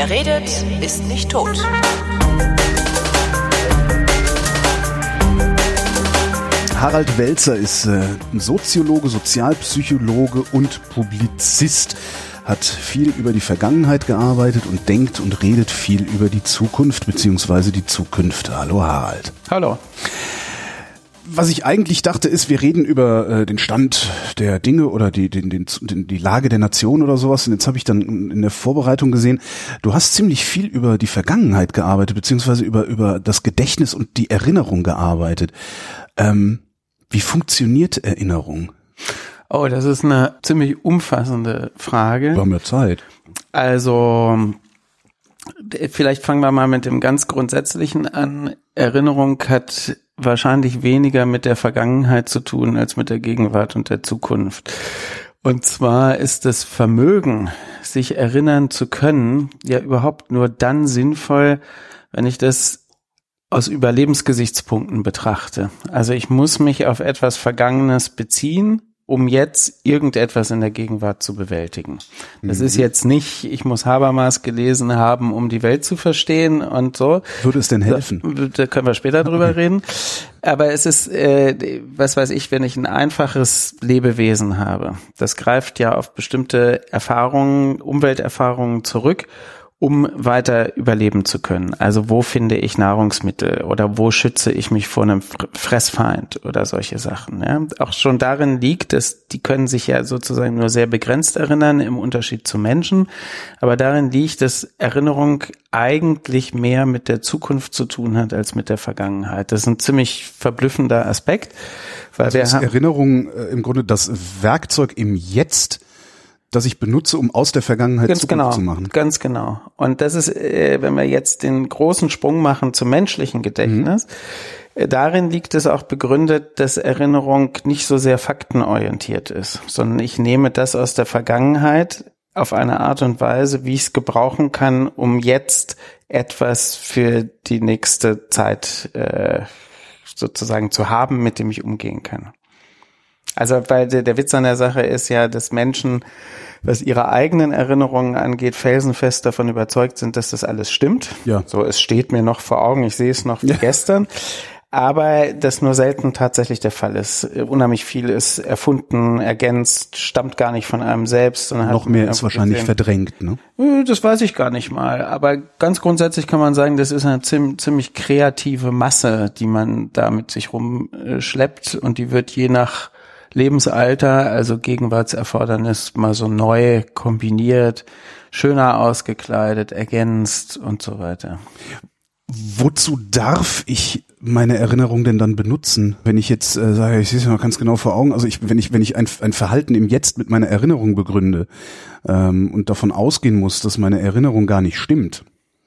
Wer redet, ist nicht tot. Harald Welzer ist Soziologe, Sozialpsychologe und Publizist. Hat viel über die Vergangenheit gearbeitet und denkt und redet viel über die Zukunft bzw. die Zukünfte. Hallo Harald. Hallo. Was ich eigentlich dachte ist, wir reden über den Stand der Dinge oder die Lage der Nation oder sowas. Und jetzt habe ich dann in der Vorbereitung gesehen, du hast ziemlich viel über die Vergangenheit gearbeitet, beziehungsweise über das Gedächtnis und die Erinnerung gearbeitet. Wie funktioniert Erinnerung? Oh, das ist eine ziemlich umfassende Frage. Wir haben ja Zeit. Also, vielleicht fangen wir mal mit dem ganz Grundsätzlichen an. Erinnerung hat wahrscheinlich weniger mit der Vergangenheit zu tun als mit der Gegenwart und der Zukunft. Und zwar ist das Vermögen, sich erinnern zu können, ja überhaupt nur dann sinnvoll, wenn ich das aus Überlebensgesichtspunkten betrachte. Also ich muss mich auf etwas Vergangenes beziehen, um jetzt irgendetwas in der Gegenwart zu bewältigen. Das ist jetzt nicht, ich muss Habermas gelesen haben, um die Welt zu verstehen und so. Würde es denn helfen? Da können wir später drüber reden. Aber es ist, was weiß ich, wenn ich ein einfaches Lebewesen habe, das greift ja auf bestimmte Erfahrungen, Umwelterfahrungen zurück, um weiter überleben zu können. Also wo finde ich Nahrungsmittel oder wo schütze ich mich vor einem Fressfeind oder solche Sachen. Ja? Auch schon darin liegt, dass die können sich ja sozusagen nur sehr begrenzt erinnern im Unterschied zu Menschen. Aber darin liegt, dass Erinnerung eigentlich mehr mit der Zukunft zu tun hat als mit der Vergangenheit. Das ist ein ziemlich verblüffender Aspekt. Weil also ist Erinnerung im Grunde das Werkzeug im Jetzt, das ich benutze, um aus der Vergangenheit Zukunft zu machen. Ganz genau. Und das ist, wenn wir jetzt den großen Sprung machen zum menschlichen Gedächtnis, darin liegt es auch begründet, dass Erinnerung nicht so sehr faktenorientiert ist, sondern ich nehme das aus der Vergangenheit auf eine Art und Weise, wie ich es gebrauchen kann, um jetzt etwas für die nächste Zeit sozusagen zu haben, mit dem ich umgehen kann. Also weil der Witz an der Sache ist ja, dass Menschen, was ihre eigenen Erinnerungen angeht, felsenfest davon überzeugt sind, dass das alles stimmt. Ja. So, es steht mir noch vor Augen, ich sehe es noch wie gestern. Aber das nur selten tatsächlich der Fall ist. Unheimlich viel ist erfunden, ergänzt, stammt gar nicht von einem selbst. Sondern noch mehr ist wahrscheinlich verdrängt, ne? Das weiß ich gar nicht mal. Aber ganz grundsätzlich kann man sagen, das ist eine ziemlich kreative Masse, die man da mit sich rumschleppt. Und die wird je nach Lebensalter, also Gegenwartserfordernis, mal so neu kombiniert, schöner ausgekleidet, ergänzt und so weiter. Wozu darf ich meine Erinnerung denn dann benutzen, wenn ich jetzt sage, ich sehe es ja noch ganz genau vor Augen, also wenn ich ein Verhalten im Jetzt mit meiner Erinnerung begründe und davon ausgehen muss, dass meine Erinnerung gar nicht stimmt?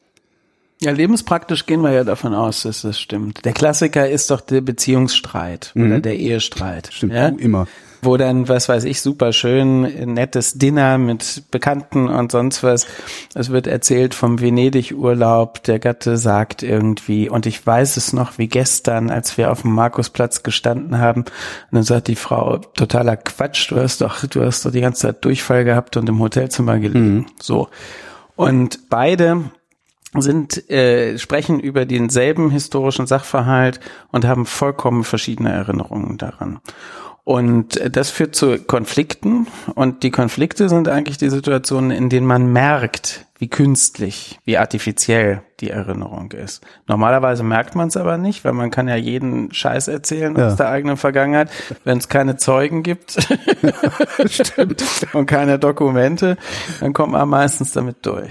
Ja, lebenspraktisch gehen wir ja davon aus, dass das stimmt. Der Klassiker ist doch der Beziehungsstreit oder der Ehestreit. Stimmt, ja? Immer. Wo dann, was weiß ich, super schön, nettes Dinner mit Bekannten und sonst was. Es wird erzählt vom Venedig-Urlaub. Der Gatte sagt irgendwie, und ich weiß es noch wie gestern, als wir auf dem Markusplatz gestanden haben. Und dann sagt die Frau, totaler Quatsch, du hast doch die ganze Zeit Durchfall gehabt und im Hotelzimmer gelegen. So. Und beide sprechen über denselben historischen Sachverhalt und haben vollkommen verschiedene Erinnerungen daran. Und das führt zu Konflikten, und die Konflikte sind eigentlich die Situationen, in denen man merkt, wie künstlich, wie artifiziell die Erinnerung ist. Normalerweise merkt man es aber nicht, weil man kann ja jeden Scheiß erzählen aus der eigenen Vergangenheit, wenn es keine Zeugen gibt Stimmt. und keine Dokumente, dann kommt man meistens damit durch.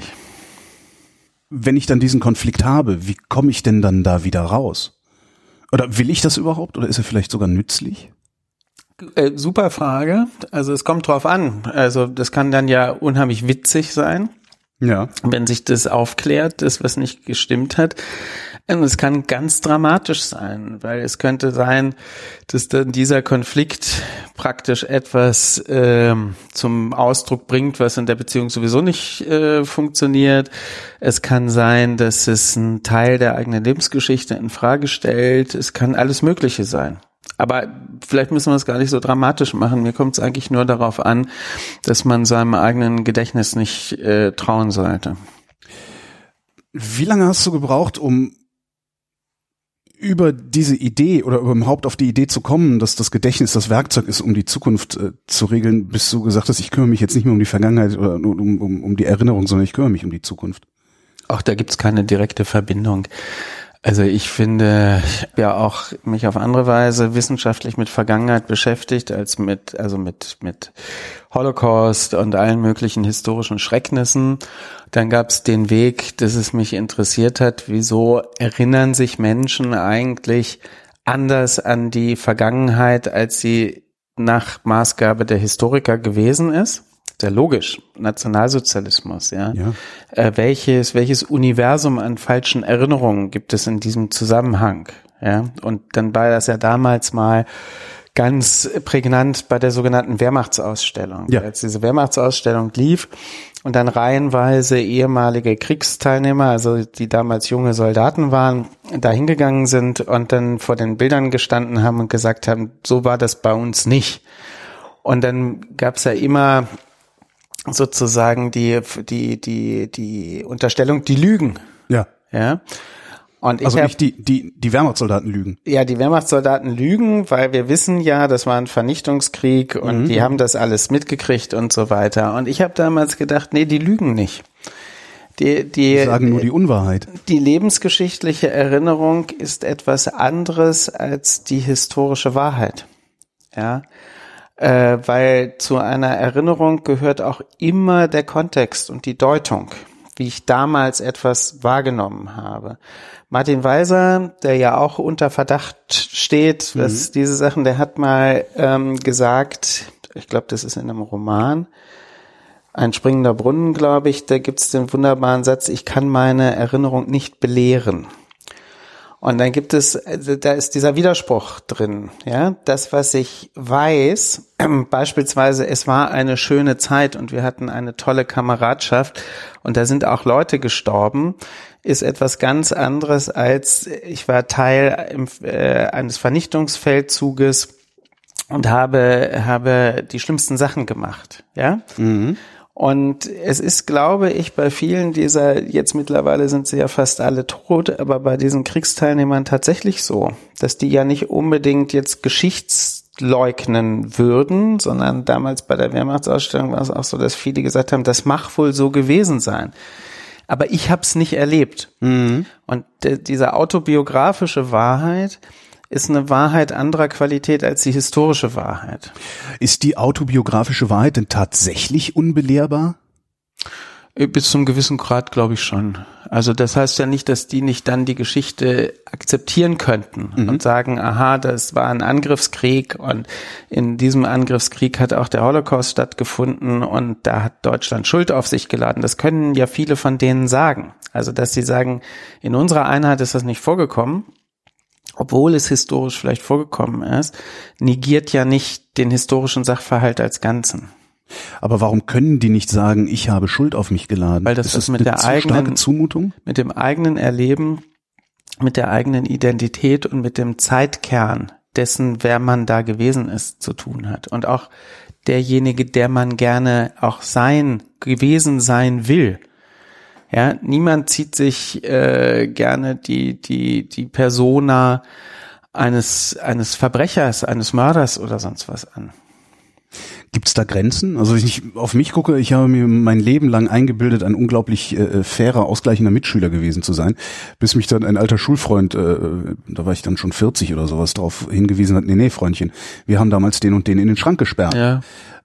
Wenn ich dann diesen Konflikt habe, wie komme ich denn dann da wieder raus? Oder will ich das überhaupt? Oder ist er vielleicht sogar nützlich? Super Frage. Also es kommt drauf an. Also das kann dann ja unheimlich witzig sein, wenn sich das aufklärt, das was nicht gestimmt hat. Und es kann ganz dramatisch sein, weil es könnte sein, dass dann dieser Konflikt praktisch etwas zum Ausdruck bringt, was in der Beziehung sowieso nicht funktioniert. Es kann sein, dass es einen Teil der eigenen Lebensgeschichte in Frage stellt. Es kann alles Mögliche sein. Aber vielleicht müssen wir es gar nicht so dramatisch machen. Mir kommt es eigentlich nur darauf an, dass man seinem eigenen Gedächtnis nicht trauen sollte. Wie lange hast du gebraucht, um über diese Idee oder überhaupt auf die Idee zu kommen, dass das Gedächtnis das Werkzeug ist, um die Zukunft zu regeln, bis du gesagt hast, ich kümmere mich jetzt nicht mehr um die Vergangenheit oder um die Erinnerung, sondern ich kümmere mich um die Zukunft? Auch da gibt's keine direkte Verbindung. Also ich finde, ich habe ja auch mich auf andere Weise wissenschaftlich mit Vergangenheit beschäftigt, als mit Holocaust und allen möglichen historischen Schrecknissen. Dann gab's den Weg, dass es mich interessiert hat, wieso erinnern sich Menschen eigentlich anders an die Vergangenheit, als sie nach Maßgabe der Historiker gewesen ist. Sehr logisch, Nationalsozialismus, ja. Welches Universum an falschen Erinnerungen gibt es in diesem Zusammenhang, ja? Und dann war das ja damals mal ganz prägnant bei der sogenannten Wehrmachtsausstellung. Ja. Als diese Wehrmachtsausstellung lief und dann reihenweise ehemalige Kriegsteilnehmer, also die damals junge Soldaten waren, da hingegangen sind und dann vor den Bildern gestanden haben und gesagt haben, so war das bei uns nicht. Und dann gab's ja immer sozusagen die Unterstellung, die lügen. Ja. Ja. Und also nicht die Wehrmachtssoldaten lügen. Ja, die Wehrmachtssoldaten lügen, weil wir wissen ja, das war ein Vernichtungskrieg und die haben das alles mitgekriegt und so weiter. Und ich habe damals gedacht, nee, die lügen nicht. Die sagen nur die Unwahrheit. Die lebensgeschichtliche Erinnerung ist etwas anderes als die historische Wahrheit. Ja. Weil zu einer Erinnerung gehört auch immer der Kontext und die Deutung, wie ich damals etwas wahrgenommen habe. Martin Weiser, der ja auch unter Verdacht steht, dass diese Sachen, der hat mal gesagt, ich glaube, das ist in einem Roman, Ein springender Brunnen, glaube ich, da gibt es den wunderbaren Satz, ich kann meine Erinnerung nicht belehren. Und dann gibt es, da ist dieser Widerspruch drin, ja. Das, was ich weiß, beispielsweise, es war eine schöne Zeit und wir hatten eine tolle Kameradschaft und da sind auch Leute gestorben, ist etwas ganz anderes als, ich war Teil eines Vernichtungsfeldzuges und habe die schlimmsten Sachen gemacht, ja. Und es ist, glaube ich, bei vielen dieser, jetzt mittlerweile sind sie ja fast alle tot, aber bei diesen Kriegsteilnehmern tatsächlich so, dass die ja nicht unbedingt jetzt geschichtsleugnen würden, sondern damals bei der Wehrmachtsausstellung war es auch so, dass viele gesagt haben, das mag wohl so gewesen sein. Aber ich habe es nicht erlebt. Und diese autobiografische Wahrheit ist eine Wahrheit anderer Qualität als die historische Wahrheit. Ist die autobiografische Wahrheit denn tatsächlich unbelehrbar? Bis zum gewissen Grad glaube ich schon. Also das heißt ja nicht, dass die nicht dann die Geschichte akzeptieren könnten und sagen, aha, das war ein Angriffskrieg und in diesem Angriffskrieg hat auch der Holocaust stattgefunden und da hat Deutschland Schuld auf sich geladen. Das können ja viele von denen sagen. Also dass sie sagen, in unserer Einheit ist das nicht vorgekommen, obwohl es historisch vielleicht vorgekommen ist, negiert ja nicht den historischen Sachverhalt als Ganzen. Aber warum können die nicht sagen, ich habe Schuld auf mich geladen? Weil das ist mit der eigenen starke Zumutung? Mit dem eigenen Erleben, mit der eigenen Identität und mit dem Zeitkern dessen, wer man da gewesen ist, zu tun hat. Und auch derjenige, der man gerne auch gewesen sein will. Ja, niemand zieht sich gerne die Persona eines Verbrechers, eines Mörders oder sonst was an. Gibt's da Grenzen? Also wenn ich auf mich gucke, ich habe mir mein Leben lang eingebildet, ein unglaublich fairer, ausgleichender Mitschüler gewesen zu sein, bis mich dann ein alter Schulfreund, da war ich dann schon 40 oder sowas, darauf hingewiesen hat, nee, Freundchen, wir haben damals den und den in den Schrank gesperrt. Ja.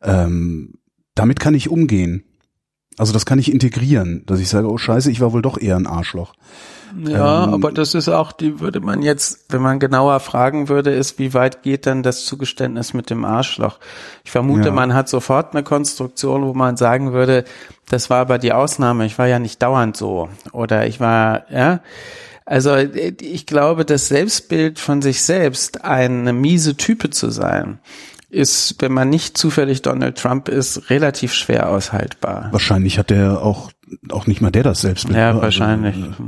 Damit kann ich umgehen. Also das kann ich integrieren, dass ich sage, oh Scheiße, ich war wohl doch eher ein Arschloch. Ja, aber das ist auch, die würde man jetzt, wenn man genauer fragen würde, ist, wie weit geht dann das Zugeständnis mit dem Arschloch? Ich vermute, man hat sofort eine Konstruktion, wo man sagen würde, das war aber die Ausnahme, ich war ja nicht dauernd so. Oder ich war, ja. Also ich glaube, das Selbstbild von sich selbst, eine miese Type zu sein, ist, wenn man nicht zufällig Donald Trump ist, relativ schwer aushaltbar. Wahrscheinlich hat der auch nicht mal der das Selbstbild. Ja, wahrscheinlich. Also,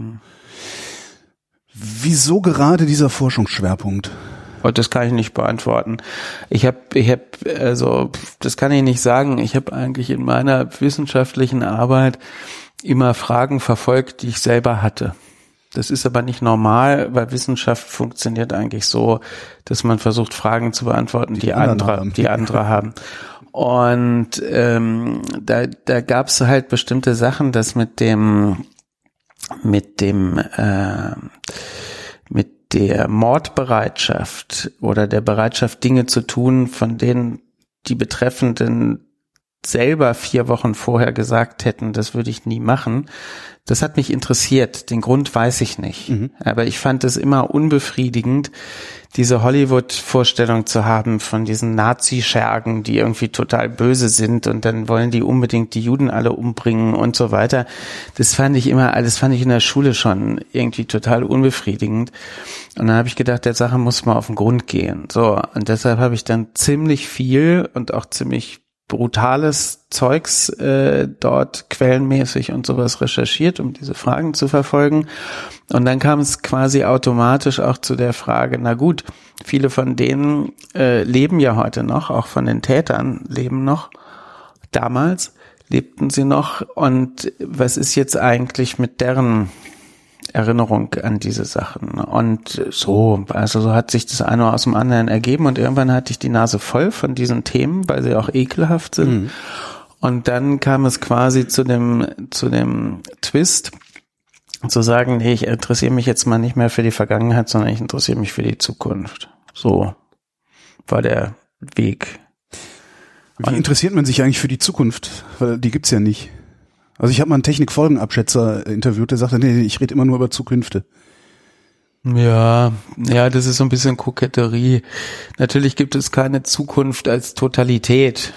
wieso gerade dieser Forschungsschwerpunkt? Oh, das kann ich nicht beantworten. Also, das kann ich nicht sagen. Ich habe eigentlich in meiner wissenschaftlichen Arbeit immer Fragen verfolgt, die ich selber hatte. Das ist aber nicht normal, weil Wissenschaft funktioniert eigentlich so, dass man versucht, Fragen zu beantworten, die andere haben. Und da gab es halt bestimmte Sachen, dass mit der Mordbereitschaft oder der Bereitschaft, Dinge zu tun, von denen die Betreffenden selber 4 Wochen vorher gesagt hätten, das würde ich nie machen. Das hat mich interessiert. Den Grund weiß ich nicht. Aber ich fand es immer unbefriedigend, diese Hollywood-Vorstellung zu haben von diesen Nazi-Schergen, die irgendwie total böse sind und dann wollen die unbedingt die Juden alle umbringen und so weiter. Das fand ich in der Schule schon irgendwie total unbefriedigend. Und dann habe ich gedacht, der Sache muss mal auf den Grund gehen. So, und deshalb habe ich dann ziemlich viel und auch ziemlich brutales Zeugs dort quellenmäßig und sowas recherchiert, um diese Fragen zu verfolgen. Und dann kam es quasi automatisch auch zu der Frage, na gut, viele von denen leben ja heute noch, auch von den Tätern leben noch. Damals lebten sie noch. Und was ist jetzt eigentlich mit deren Erinnerung an diese Sachen? Und so hat sich das eine aus dem anderen ergeben und irgendwann hatte ich die Nase voll von diesen Themen, weil sie auch ekelhaft sind. Und dann kam es quasi zu dem Twist, zu sagen, nee, ich interessiere mich jetzt mal nicht mehr für die Vergangenheit, sondern ich interessiere mich für die Zukunft. So war der Weg. Wie interessiert man sich eigentlich für die Zukunft? Weil die gibt's ja nicht. Also ich habe mal einen Technikfolgenabschätzer interviewt, der sagte, nee, ich rede immer nur über Zukünfte. Ja, das ist so ein bisschen Koketterie. Natürlich gibt es keine Zukunft als Totalität,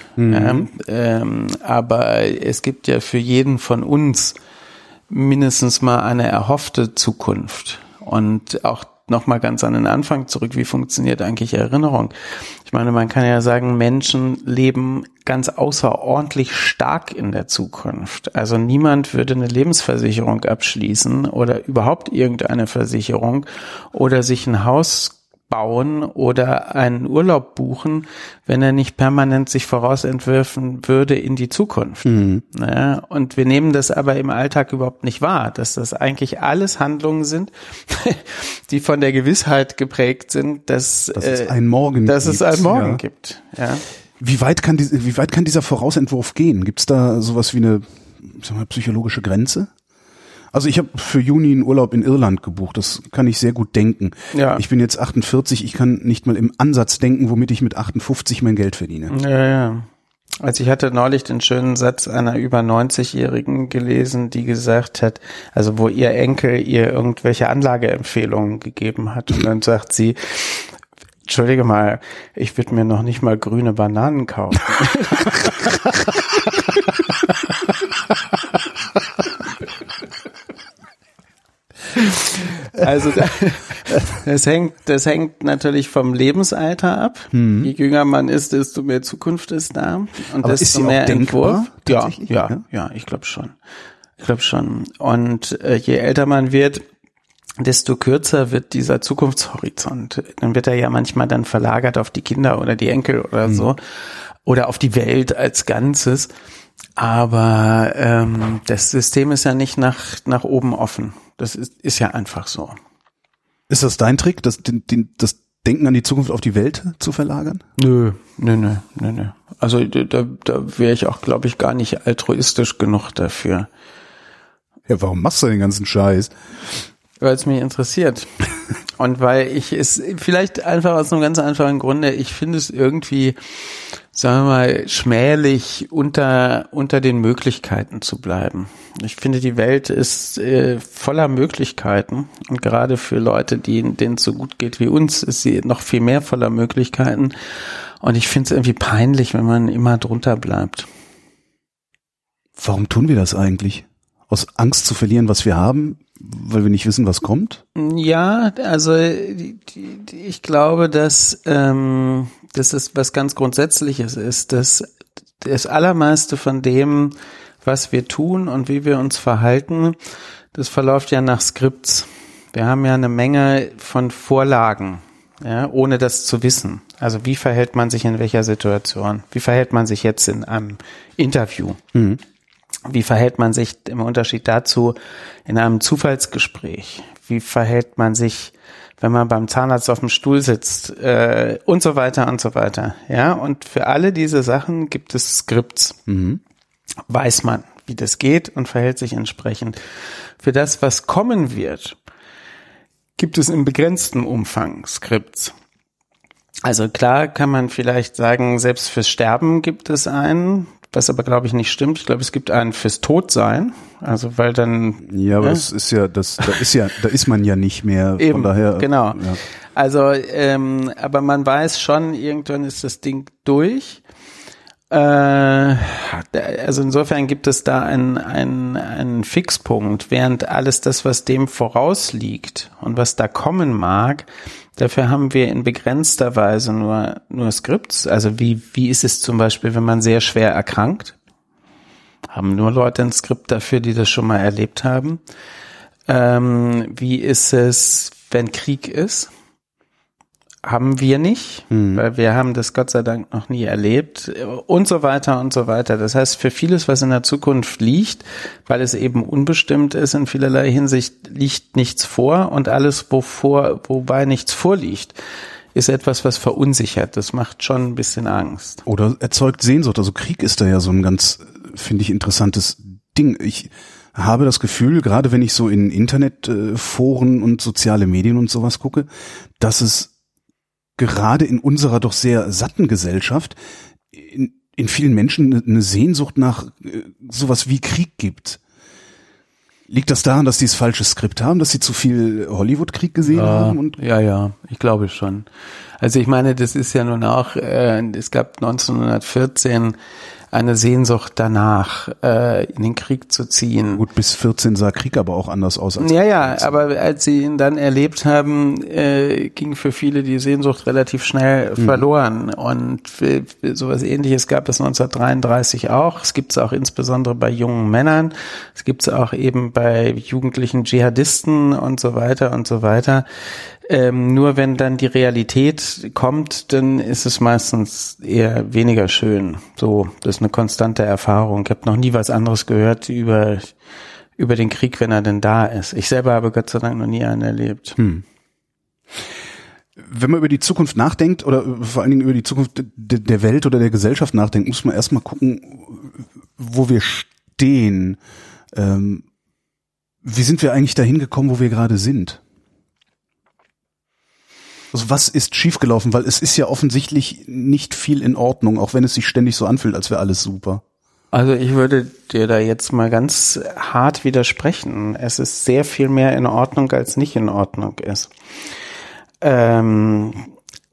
aber es gibt ja für jeden von uns mindestens mal eine erhoffte Zukunft. Und auch nochmal ganz an den Anfang zurück, wie funktioniert eigentlich Erinnerung? Ich meine, man kann ja sagen, Menschen leben ganz außerordentlich stark in der Zukunft. Also niemand würde eine Lebensversicherung abschließen oder überhaupt irgendeine Versicherung oder sich ein Haus bauen oder einen Urlaub buchen, wenn er nicht permanent sich vorausentwürfen würde in die Zukunft. Ja, und wir nehmen das aber im Alltag überhaupt nicht wahr, dass das eigentlich alles Handlungen sind, die von der Gewissheit geprägt sind, dass es einen Morgen gibt. Ja. Wie weit kann dieser Vorausentwurf gehen? Gibt es da sowas wie eine psychologische Grenze? Also ich habe für Juni einen Urlaub in Irland gebucht, das kann ich sehr gut denken. Ja. Ich bin jetzt 48, ich kann nicht mal im Ansatz denken, womit ich mit 58 mein Geld verdiene. Ja. Also ich hatte neulich den schönen Satz einer über 90-Jährigen gelesen, die gesagt hat, also wo ihr Enkel ihr irgendwelche Anlageempfehlungen gegeben hat und dann sagt sie, entschuldige mal, ich würde mir noch nicht mal grüne Bananen kaufen. Also das hängt natürlich vom Lebensalter ab. Je jünger man ist, desto mehr Zukunft ist da und aber desto ist sie mehr auch denkbar? Ja, ich glaube schon. Und je älter man wird, desto kürzer wird dieser Zukunftshorizont. Dann wird er ja manchmal dann verlagert auf die Kinder oder die Enkel oder so oder auf die Welt als Ganzes. Aber das System ist ja nicht nach oben offen. Das ist ja einfach so. Ist das dein Trick, das Denken an die Zukunft auf die Welt zu verlagern? Nö. Also da wäre ich auch, glaube ich, gar nicht altruistisch genug dafür. Ja, warum machst du den ganzen Scheiß? Weil es mich interessiert. Und weil ich es vielleicht einfach aus einem ganz einfachen Grunde, ich finde es irgendwie, sagen wir mal, schmählich unter den Möglichkeiten zu bleiben. Ich finde, die Welt ist voller Möglichkeiten und gerade für Leute, denen es so gut geht wie uns, ist sie noch viel mehr voller Möglichkeiten und ich finde es irgendwie peinlich, wenn man immer drunter bleibt. Warum tun wir das eigentlich? Aus Angst zu verlieren, was wir haben? Weil wir nicht wissen, was kommt? Ja, also ich glaube, dass das ist was ganz Grundsätzliches ist, dass das Allermeiste von dem, was wir tun und wie wir uns verhalten, das verläuft ja nach Skripts. Wir haben ja eine Menge von Vorlagen, ja, ohne das zu wissen. Also wie verhält man sich in welcher Situation? Wie verhält man sich jetzt in einem Interview? Wie verhält man sich im Unterschied dazu in einem Zufallsgespräch? Wie verhält man sich, wenn man beim Zahnarzt auf dem Stuhl sitzt, und so weiter und so weiter. Ja, und für alle diese Sachen gibt es Skripts. Weiß man, wie das geht und verhält sich entsprechend. Für das, was kommen wird, gibt es im begrenzten Umfang Skripts. Also klar kann man vielleicht sagen, selbst fürs Sterben gibt es einen, was aber glaube ich nicht stimmt. Ich glaube, es gibt einen fürs Todsein. Also weil dann ja, aber es ist ja da ist man ja nicht mehr. Eben, von daher genau. Ja. Also aber man weiß schon, irgendwann ist das Ding durch. Also insofern gibt es da einen Fixpunkt, während alles das, was dem vorausliegt und was da kommen mag, dafür haben wir in begrenzter Weise nur Skripts. Also wie ist es zum Beispiel, wenn man sehr schwer erkrankt? Haben nur Leute ein Skript dafür, die das schon mal erlebt haben. Wie ist es, wenn Krieg ist? Haben wir nicht, weil wir haben das Gott sei Dank noch nie erlebt und so weiter und so weiter. Das heißt, für vieles, was in der Zukunft liegt, weil es eben unbestimmt ist in vielerlei Hinsicht, liegt nichts vor und alles, wobei nichts vorliegt, ist etwas, was verunsichert. Das macht schon ein bisschen Angst. Oder erzeugt Sehnsucht. Also Krieg ist da ja so ein ganz, finde ich, interessantes Ding. Ich habe das Gefühl, gerade wenn ich so in Internetforen und soziale Medien und sowas gucke, dass es gerade in unserer doch sehr satten Gesellschaft in vielen Menschen eine Sehnsucht nach sowas wie Krieg gibt. Liegt das daran, dass die das falsche Skript haben, dass sie zu viel Hollywood-Krieg gesehen haben? Ja, ich glaube schon. Also ich meine, das ist ja nun auch, es gab 1914 eine Sehnsucht danach, in den Krieg zu ziehen. Gut, bis 14 sah Krieg aber auch anders aus. Als ja, aber als sie ihn dann erlebt haben, ging für viele die Sehnsucht relativ schnell verloren. Und sowas Ähnliches gab es 1933 auch. Es gibt es auch insbesondere bei jungen Männern. Es gibt es auch eben bei jugendlichen Dschihadisten und so weiter und so weiter. Nur wenn dann die Realität kommt, dann ist es meistens eher weniger schön. So, das ist eine konstante Erfahrung. Ich habe noch nie was anderes gehört über den Krieg, wenn er denn da ist. Ich selber habe Gott sei Dank noch nie einen erlebt. Wenn man über die Zukunft nachdenkt oder vor allen Dingen über die Zukunft der Welt oder der Gesellschaft nachdenkt, muss man erstmal gucken, wo wir stehen. Wie sind wir eigentlich dahin gekommen, wo wir gerade sind? Also was ist schiefgelaufen? Weil es ist ja offensichtlich nicht viel in Ordnung, auch wenn es sich ständig so anfühlt, als wäre alles super. Also ich würde dir da jetzt mal ganz hart widersprechen. Es ist sehr viel mehr in Ordnung, als nicht in Ordnung ist. Wir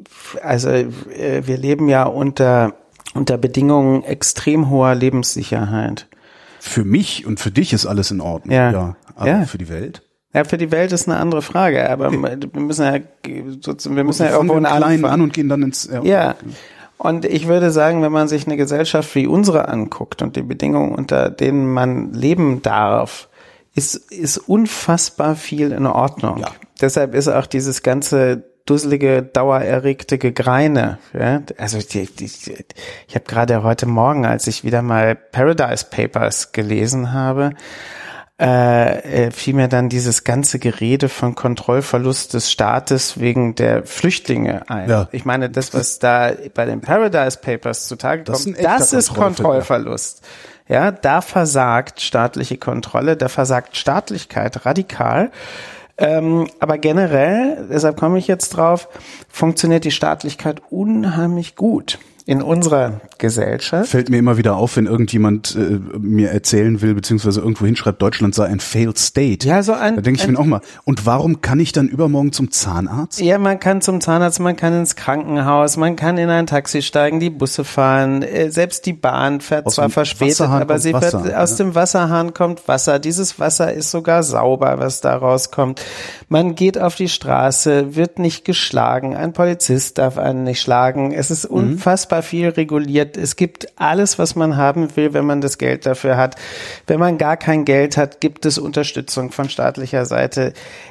leben ja unter Bedingungen extrem hoher Lebenssicherheit. Für mich und für dich ist alles in Ordnung, ja. Aber für die Welt? Ja, für die Welt ist eine andere Frage, aber wir müssen ja irgendwo anfangen an und gehen dann ins Ja. Und ich würde sagen, wenn man sich eine Gesellschaft wie unsere anguckt und die Bedingungen, unter denen man leben darf, ist unfassbar viel in Ordnung. Ja. Deshalb ist auch dieses ganze dusselige, dauererregte Gegreine. Ja? Also ich habe gerade heute Morgen, als ich wieder mal Paradise Papers gelesen habe, fiel mir dann dieses ganze Gerede von Kontrollverlust des Staates wegen der Flüchtlinge ein. Ja. Ich meine, das, was da bei den Paradise Papers zutage kommt, das ist Kontrollverlust. Ja, da versagt staatliche Kontrolle, da versagt Staatlichkeit radikal. Aber generell, deshalb komme ich jetzt drauf, funktioniert die Staatlichkeit unheimlich gut in unserer Gesellschaft. Fällt mir immer wieder auf, wenn irgendjemand mir erzählen will, beziehungsweise irgendwo hinschreibt, Deutschland sei ein failed state. Ja, da denke ich mir auch mal, und warum kann ich dann übermorgen zum Zahnarzt? Ja, man kann zum Zahnarzt, man kann ins Krankenhaus, man kann in ein Taxi steigen, die Busse fahren, selbst die Bahn fährt zwar verspätet, aber sie fährt, aus dem Wasserhahn kommt Wasser. Dieses Wasser ist sogar sauber, was da rauskommt. Man geht auf die Straße, wird nicht geschlagen, ein Polizist darf einen nicht schlagen. Es ist unfassbar viel reguliert. Es gibt alles, was man haben will, wenn man das Geld dafür hat. Wenn man gar kein Geld hat, gibt es Unterstützung von staatlicher Seite.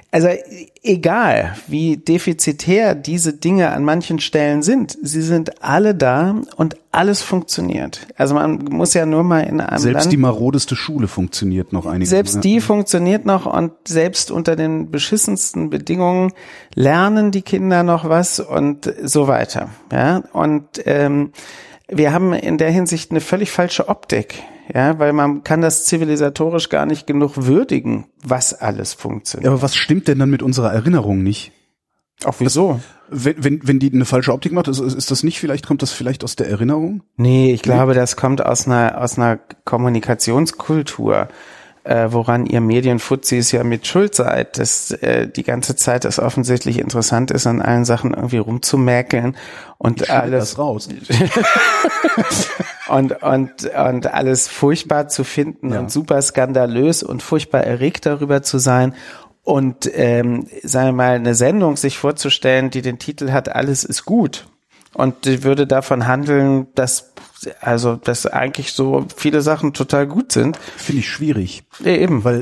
Also egal, wie defizitär diese Dinge an manchen Stellen sind, sie sind alle da und alles funktioniert. Also man muss ja nur mal in einem Selbst Land, die marodeste Schule funktioniert noch einiges. selbst die funktioniert noch und selbst unter den beschissensten Bedingungen lernen die Kinder noch was und so weiter. Ja, und wir haben in der Hinsicht eine völlig falsche Optik. Ja, weil man kann das zivilisatorisch gar nicht genug würdigen, was alles funktioniert. Ja, aber was stimmt denn dann mit unserer Erinnerung nicht? Auch wieso? Wenn die eine falsche Optik macht, ist das nicht kommt das vielleicht aus der Erinnerung? Nee, ich glaube, das kommt aus einer Kommunikationskultur, woran ihr Medienfuzis ja mit schuld seid, dass die ganze Zeit es offensichtlich interessant ist, an allen Sachen irgendwie rumzumäkeln und alles das raus. und alles furchtbar zu finden und super skandalös und furchtbar erregt darüber zu sein. Und sagen wir mal, eine Sendung sich vorzustellen, die den Titel hat, alles ist gut. Und die würde davon handeln, dass eigentlich so viele Sachen total gut sind. Finde ich schwierig. Ja, eben. Weil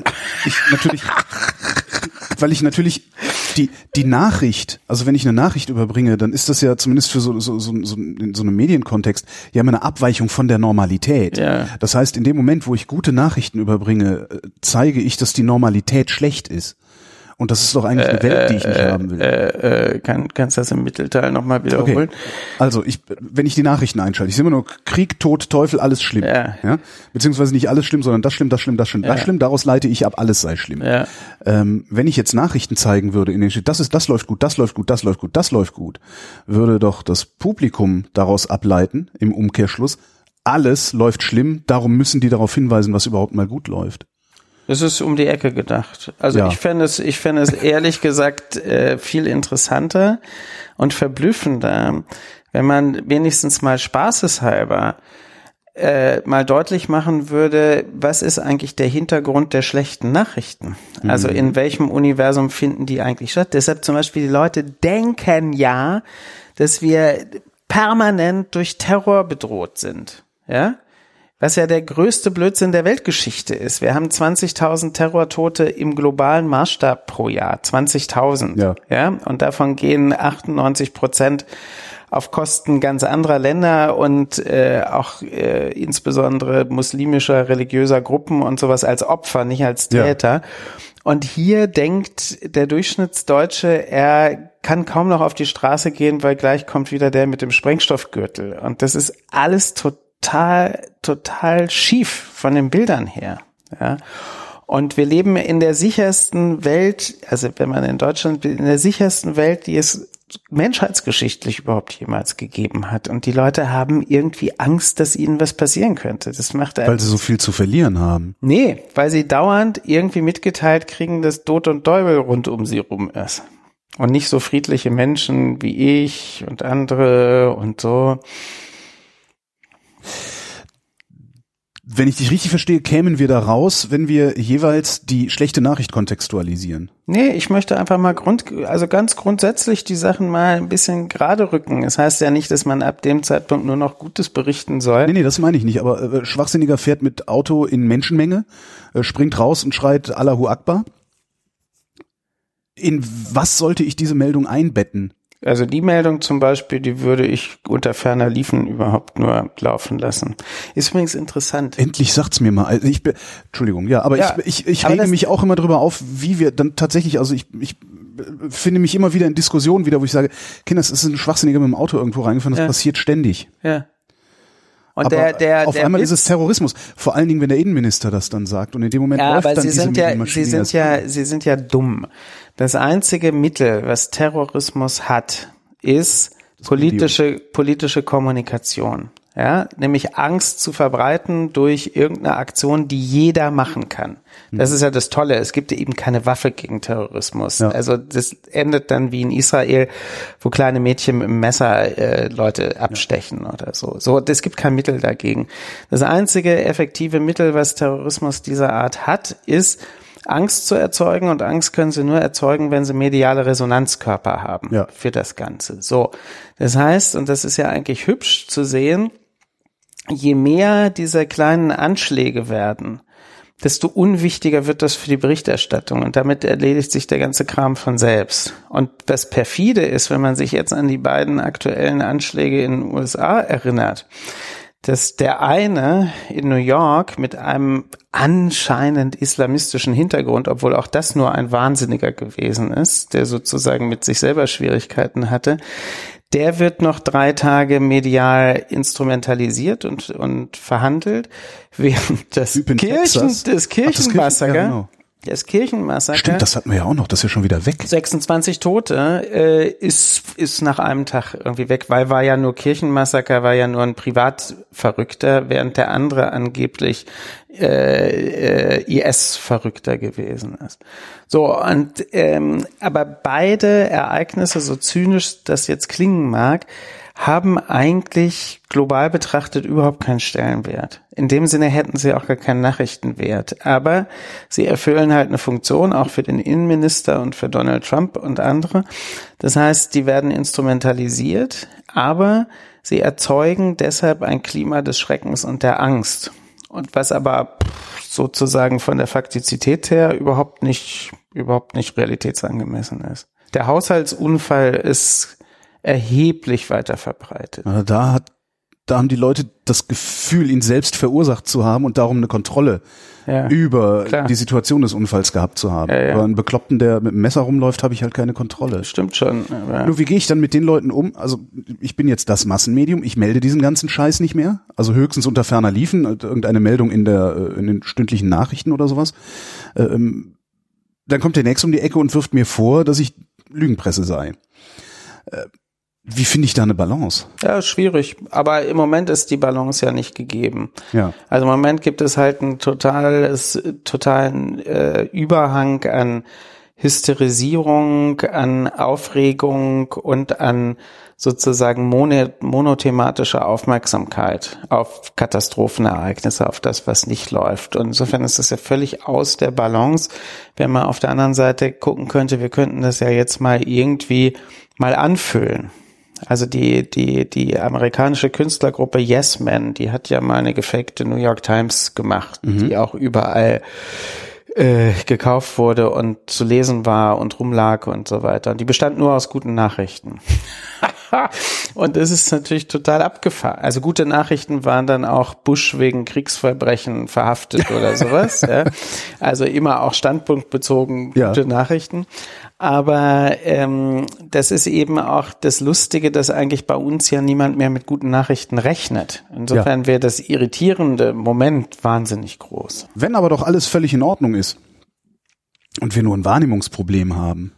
ich natürlich die Nachricht, also wenn ich eine Nachricht überbringe, dann ist das ja zumindest für so in so einem Medienkontext ja immer eine Abweichung von der Normalität. Ja. Das heißt, in dem Moment, wo ich gute Nachrichten überbringe, zeige ich, dass die Normalität schlecht ist. Und das ist doch eigentlich eine Welt, die ich nicht haben will. Kannst du das im Mittelteil nochmal wiederholen? Okay. Also wenn ich die Nachrichten einschalte, ich sehe immer nur Krieg, Tod, Teufel, alles schlimm. Ja. Beziehungsweise nicht alles schlimm, sondern das schlimm, das schlimm, das schlimm, das schlimm. Daraus leite ich ab, alles sei schlimm. Ja. Wenn ich jetzt Nachrichten zeigen würde, in denen steht, das läuft gut, das läuft gut, das läuft gut, das läuft gut, würde doch das Publikum daraus ableiten, im Umkehrschluss, alles läuft schlimm, darum müssen die darauf hinweisen, was überhaupt mal gut läuft. Das ist um die Ecke gedacht. Also ja. ich fände es ehrlich gesagt viel interessanter und verblüffender, wenn man wenigstens mal spaßeshalber mal deutlich machen würde, was ist eigentlich der Hintergrund der schlechten Nachrichten? Also in welchem Universum finden die eigentlich statt? Deshalb zum Beispiel die Leute denken ja, dass wir permanent durch Terror bedroht sind. Ja? Was ja der größte Blödsinn der Weltgeschichte ist. Wir haben 20.000 Terrortote im globalen Maßstab pro Jahr. 20.000. Ja. Und davon gehen 98% auf Kosten ganz anderer Länder und auch insbesondere muslimischer, religiöser Gruppen und sowas als Opfer, nicht als Täter. Ja. Und hier denkt der Durchschnittsdeutsche, er kann kaum noch auf die Straße gehen, weil gleich kommt wieder der mit dem Sprengstoffgürtel. Und das ist alles total schief von den Bildern her. Ja. Und wir leben in der sichersten Welt, also wenn man in Deutschland, in der sichersten Welt, die es menschheitsgeschichtlich überhaupt jemals gegeben hat. Und die Leute haben irgendwie Angst, dass ihnen was passieren könnte. Das macht weil sie so viel zu verlieren haben. Nee, weil sie dauernd irgendwie mitgeteilt kriegen, dass Tod und Teufel rund um sie rum ist. Und nicht so friedliche Menschen wie ich und andere und so. Wenn ich dich richtig verstehe, kämen wir da raus, wenn wir jeweils die schlechte Nachricht kontextualisieren. Nee, ich möchte einfach mal ganz grundsätzlich die Sachen mal ein bisschen gerade rücken. Es heißt ja nicht, dass man ab dem Zeitpunkt nur noch Gutes berichten soll. Nee, das meine ich nicht. Aber Schwachsinniger fährt mit Auto in Menschenmenge, springt raus und schreit Allahu Akbar. In was sollte ich diese Meldung einbetten? Also die Meldung zum Beispiel, die würde ich unter ferner Liefen überhaupt nur laufen lassen. Ist übrigens interessant. Endlich sagt's mir mal. Also Entschuldigung, ja, aber ich rege mich auch immer drüber auf, wie wir dann tatsächlich, also ich finde mich immer wieder in Diskussionen wieder, wo ich sage, Kinder, das ist ein Schwachsinniger mit dem Auto irgendwo reingefahren, das passiert ständig. Ja. Und aber auf einmal ist es Terrorismus. Vor allen Dingen, wenn der Innenminister das dann sagt. Und in dem Moment läuft dann diese Medienmaschine. Sie sind ja dumm. Das einzige Mittel, was Terrorismus hat, ist politische Kommunikation. Ja, nämlich Angst zu verbreiten durch irgendeine Aktion, die jeder machen kann. Das ist ja das Tolle. Es gibt eben keine Waffe gegen Terrorismus. Ja. Also das endet dann wie in Israel, wo kleine Mädchen mit dem Messer Leute abstechen oder so. Es gibt kein Mittel dagegen. Das einzige effektive Mittel, was Terrorismus dieser Art hat, ist Angst zu erzeugen, und Angst können sie nur erzeugen, wenn sie mediale Resonanzkörper haben für das Ganze. So, das heißt, und das ist ja eigentlich hübsch zu sehen, je mehr dieser kleinen Anschläge werden, desto unwichtiger wird das für die Berichterstattung und damit erledigt sich der ganze Kram von selbst. Und das perfide ist, wenn man sich jetzt an die beiden aktuellen Anschläge in den USA erinnert, dass der eine in New York mit einem anscheinend islamistischen Hintergrund, obwohl auch das nur ein Wahnsinniger gewesen ist, der sozusagen mit sich selber Schwierigkeiten hatte, der wird noch 3 Tage medial instrumentalisiert und verhandelt, während das Kirchenmassaker, das Kirchenmassaker. Stimmt, das hatten wir ja auch noch, das ist ja schon wieder weg. 26 Tote ist nach einem Tag irgendwie weg, weil war ja nur Kirchenmassaker, war ja nur ein Privatverrückter, während der andere angeblich IS-Verrückter gewesen ist. So, und aber beide Ereignisse, so zynisch das jetzt klingen mag, haben eigentlich global betrachtet überhaupt keinen Stellenwert. In dem Sinne hätten sie auch gar keinen Nachrichtenwert. Aber sie erfüllen halt eine Funktion, auch für den Innenminister und für Donald Trump und andere. Das heißt, die werden instrumentalisiert, aber sie erzeugen deshalb ein Klima des Schreckens und der Angst. Und was aber sozusagen von der Faktizität her überhaupt nicht realitätsangemessen ist. Der Haushaltsunfall ist erheblich weiter verbreitet. Da haben die Leute das Gefühl, ihn selbst verursacht zu haben und darum eine Kontrolle über die Situation des Unfalls gehabt zu haben. Über einen Bekloppten, der mit dem Messer rumläuft, habe ich halt keine Kontrolle. Stimmt schon. Nur wie gehe ich dann mit den Leuten um? Also ich bin jetzt das Massenmedium, ich melde diesen ganzen Scheiß nicht mehr. Also höchstens unter ferner Liefen, irgendeine Meldung in den stündlichen Nachrichten oder sowas. Dann kommt der Nächste um die Ecke und wirft mir vor, dass ich Lügenpresse sei. Wie finde ich da eine Balance? Ja, schwierig. Aber im Moment ist die Balance ja nicht gegeben. Ja. Also im Moment gibt es halt einen totalen Überhang an Hysterisierung, an Aufregung und an sozusagen monothematische Aufmerksamkeit auf Katastrophenereignisse, auf das, was nicht läuft. Und insofern ist das ja völlig aus der Balance. Wenn man auf der anderen Seite gucken könnte, wir könnten das ja jetzt mal irgendwie mal anfüllen. Also die amerikanische Künstlergruppe Yes Men, die hat ja mal eine gefakte New York Times gemacht, die auch überall gekauft wurde und zu lesen war und rumlag und so weiter. Und die bestand nur aus guten Nachrichten. Und das ist natürlich total abgefahren. Also gute Nachrichten waren dann auch Bush wegen Kriegsverbrechen verhaftet oder sowas. Ja. Also immer auch standpunktbezogen gute Nachrichten. Aber das ist eben auch das Lustige, dass eigentlich bei uns ja niemand mehr mit guten Nachrichten rechnet. Insofern wäre das irritierende Moment wahnsinnig groß. Wenn aber doch alles völlig in Ordnung ist und wir nur ein Wahrnehmungsproblem haben,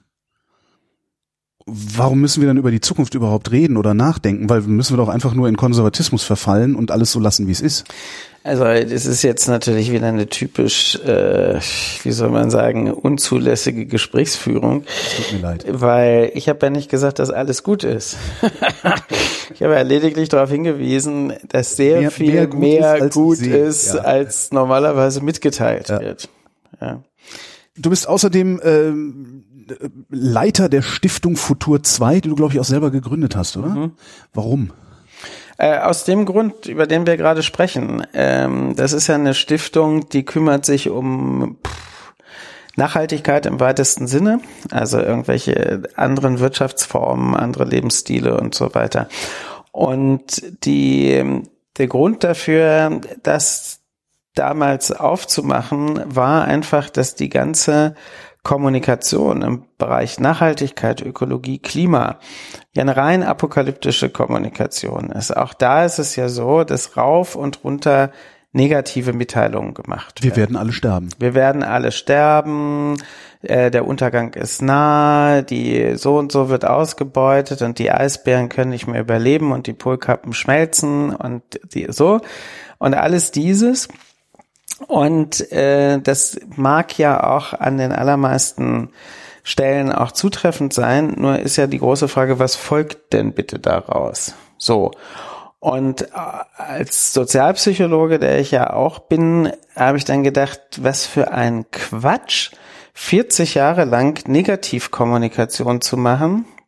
warum müssen wir dann über die Zukunft überhaupt reden oder nachdenken? Weil müssen wir doch einfach nur in Konservatismus verfallen und alles so lassen, wie es ist. Also das ist jetzt natürlich wieder eine typisch, wie soll man sagen, unzulässige Gesprächsführung. Tut mir leid. Weil ich habe ja nicht gesagt, dass alles gut ist. Ich habe ja lediglich darauf hingewiesen, dass sehr viel mehr gut ist, als normalerweise mitgeteilt wird. Ja. Du bist außerdem Leiter der Stiftung Futur 2, die du, glaube ich, auch selber gegründet hast, oder? Mhm. Warum? Aus dem Grund, über den wir gerade sprechen. Das ist ja eine Stiftung, die kümmert sich um Nachhaltigkeit im weitesten Sinne, also irgendwelche anderen Wirtschaftsformen, andere Lebensstile und so weiter. Und der Grund dafür, das damals aufzumachen, war einfach, dass die ganze Kommunikation im Bereich Nachhaltigkeit, Ökologie, Klima ja eine rein apokalyptische Kommunikation ist. Auch da ist es ja so, dass rauf und runter negative Mitteilungen gemacht werden. Wir werden alle sterben. Wir werden alle sterben, der Untergang ist nah, die so und so wird ausgebeutet und die Eisbären können nicht mehr überleben und die Polkappen schmelzen und so. Und alles dieses. Und das mag ja auch an den allermeisten Stellen auch zutreffend sein, nur ist ja die große Frage, was folgt denn bitte daraus? So. Und als Sozialpsychologe, der ich ja auch bin, habe ich dann gedacht, was für ein Quatsch, 40 Jahre lang Negativkommunikation zu machen,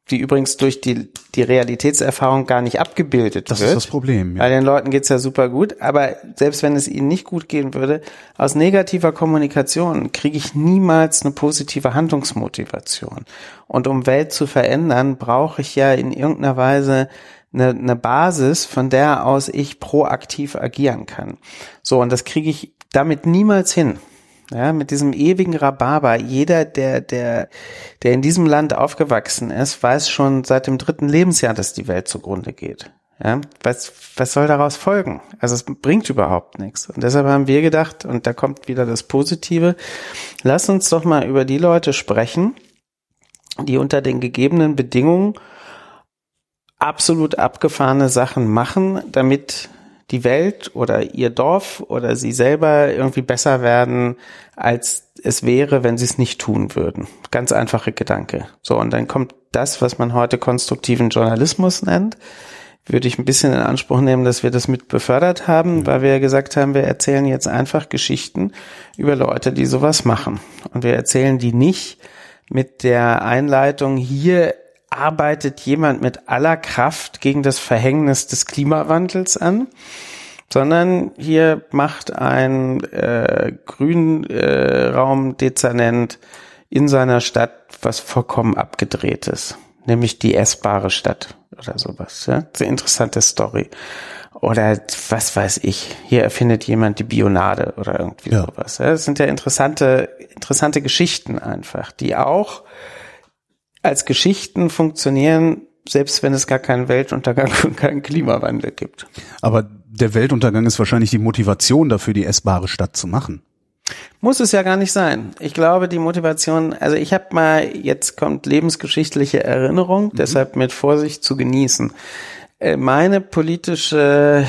die übrigens durch die Realitätserfahrung gar nicht abgebildet wird. Das ist das Problem. Ja. Weil den Leuten geht's ja super gut, aber selbst wenn es ihnen nicht gut gehen würde, aus negativer Kommunikation kriege ich niemals eine positive Handlungsmotivation. Und um Welt zu verändern, brauche ich ja in irgendeiner Weise eine Basis, von der aus ich proaktiv agieren kann. So, und das kriege ich damit niemals hin. Ja, mit diesem ewigen Rhabarber. Jeder, der in diesem Land aufgewachsen ist, weiß schon seit dem 3. Lebensjahr, dass die Welt zugrunde geht. Ja, was soll daraus folgen? Also es bringt überhaupt nichts. Und deshalb haben wir gedacht, und da kommt wieder das Positive, lass uns doch mal über die Leute sprechen, die unter den gegebenen Bedingungen absolut abgefahrene Sachen machen, damit die Welt oder ihr Dorf oder sie selber irgendwie besser werden, als es wäre, wenn sie es nicht tun würden. Ganz einfache Gedanke. So, und dann kommt das, was man heute konstruktiven Journalismus nennt. Würde ich ein bisschen in Anspruch nehmen, dass wir das mit befördert haben, weil wir gesagt haben, wir erzählen jetzt einfach Geschichten über Leute, die sowas machen. Und wir erzählen die nicht mit der Einleitung, hier arbeitet jemand mit aller Kraft gegen das Verhängnis des Klimawandels an, sondern hier macht ein Grünraumdezernent in seiner Stadt was vollkommen Abgedrehtes, nämlich die essbare Stadt oder sowas. Ja? Das ist eine interessante Story. Oder was weiß ich, hier erfindet jemand die Bionade oder irgendwie sowas. Ja? Das sind ja interessante Geschichten einfach, die auch als Geschichten funktionieren, selbst wenn es gar keinen Weltuntergang und keinen Klimawandel gibt. Aber der Weltuntergang ist wahrscheinlich die Motivation dafür, die essbare Stadt zu machen. Muss es ja gar nicht sein. Ich glaube, die Motivation, also ich habe mal, jetzt kommt lebensgeschichtliche Erinnerung, deshalb mit Vorsicht zu genießen. Meine politische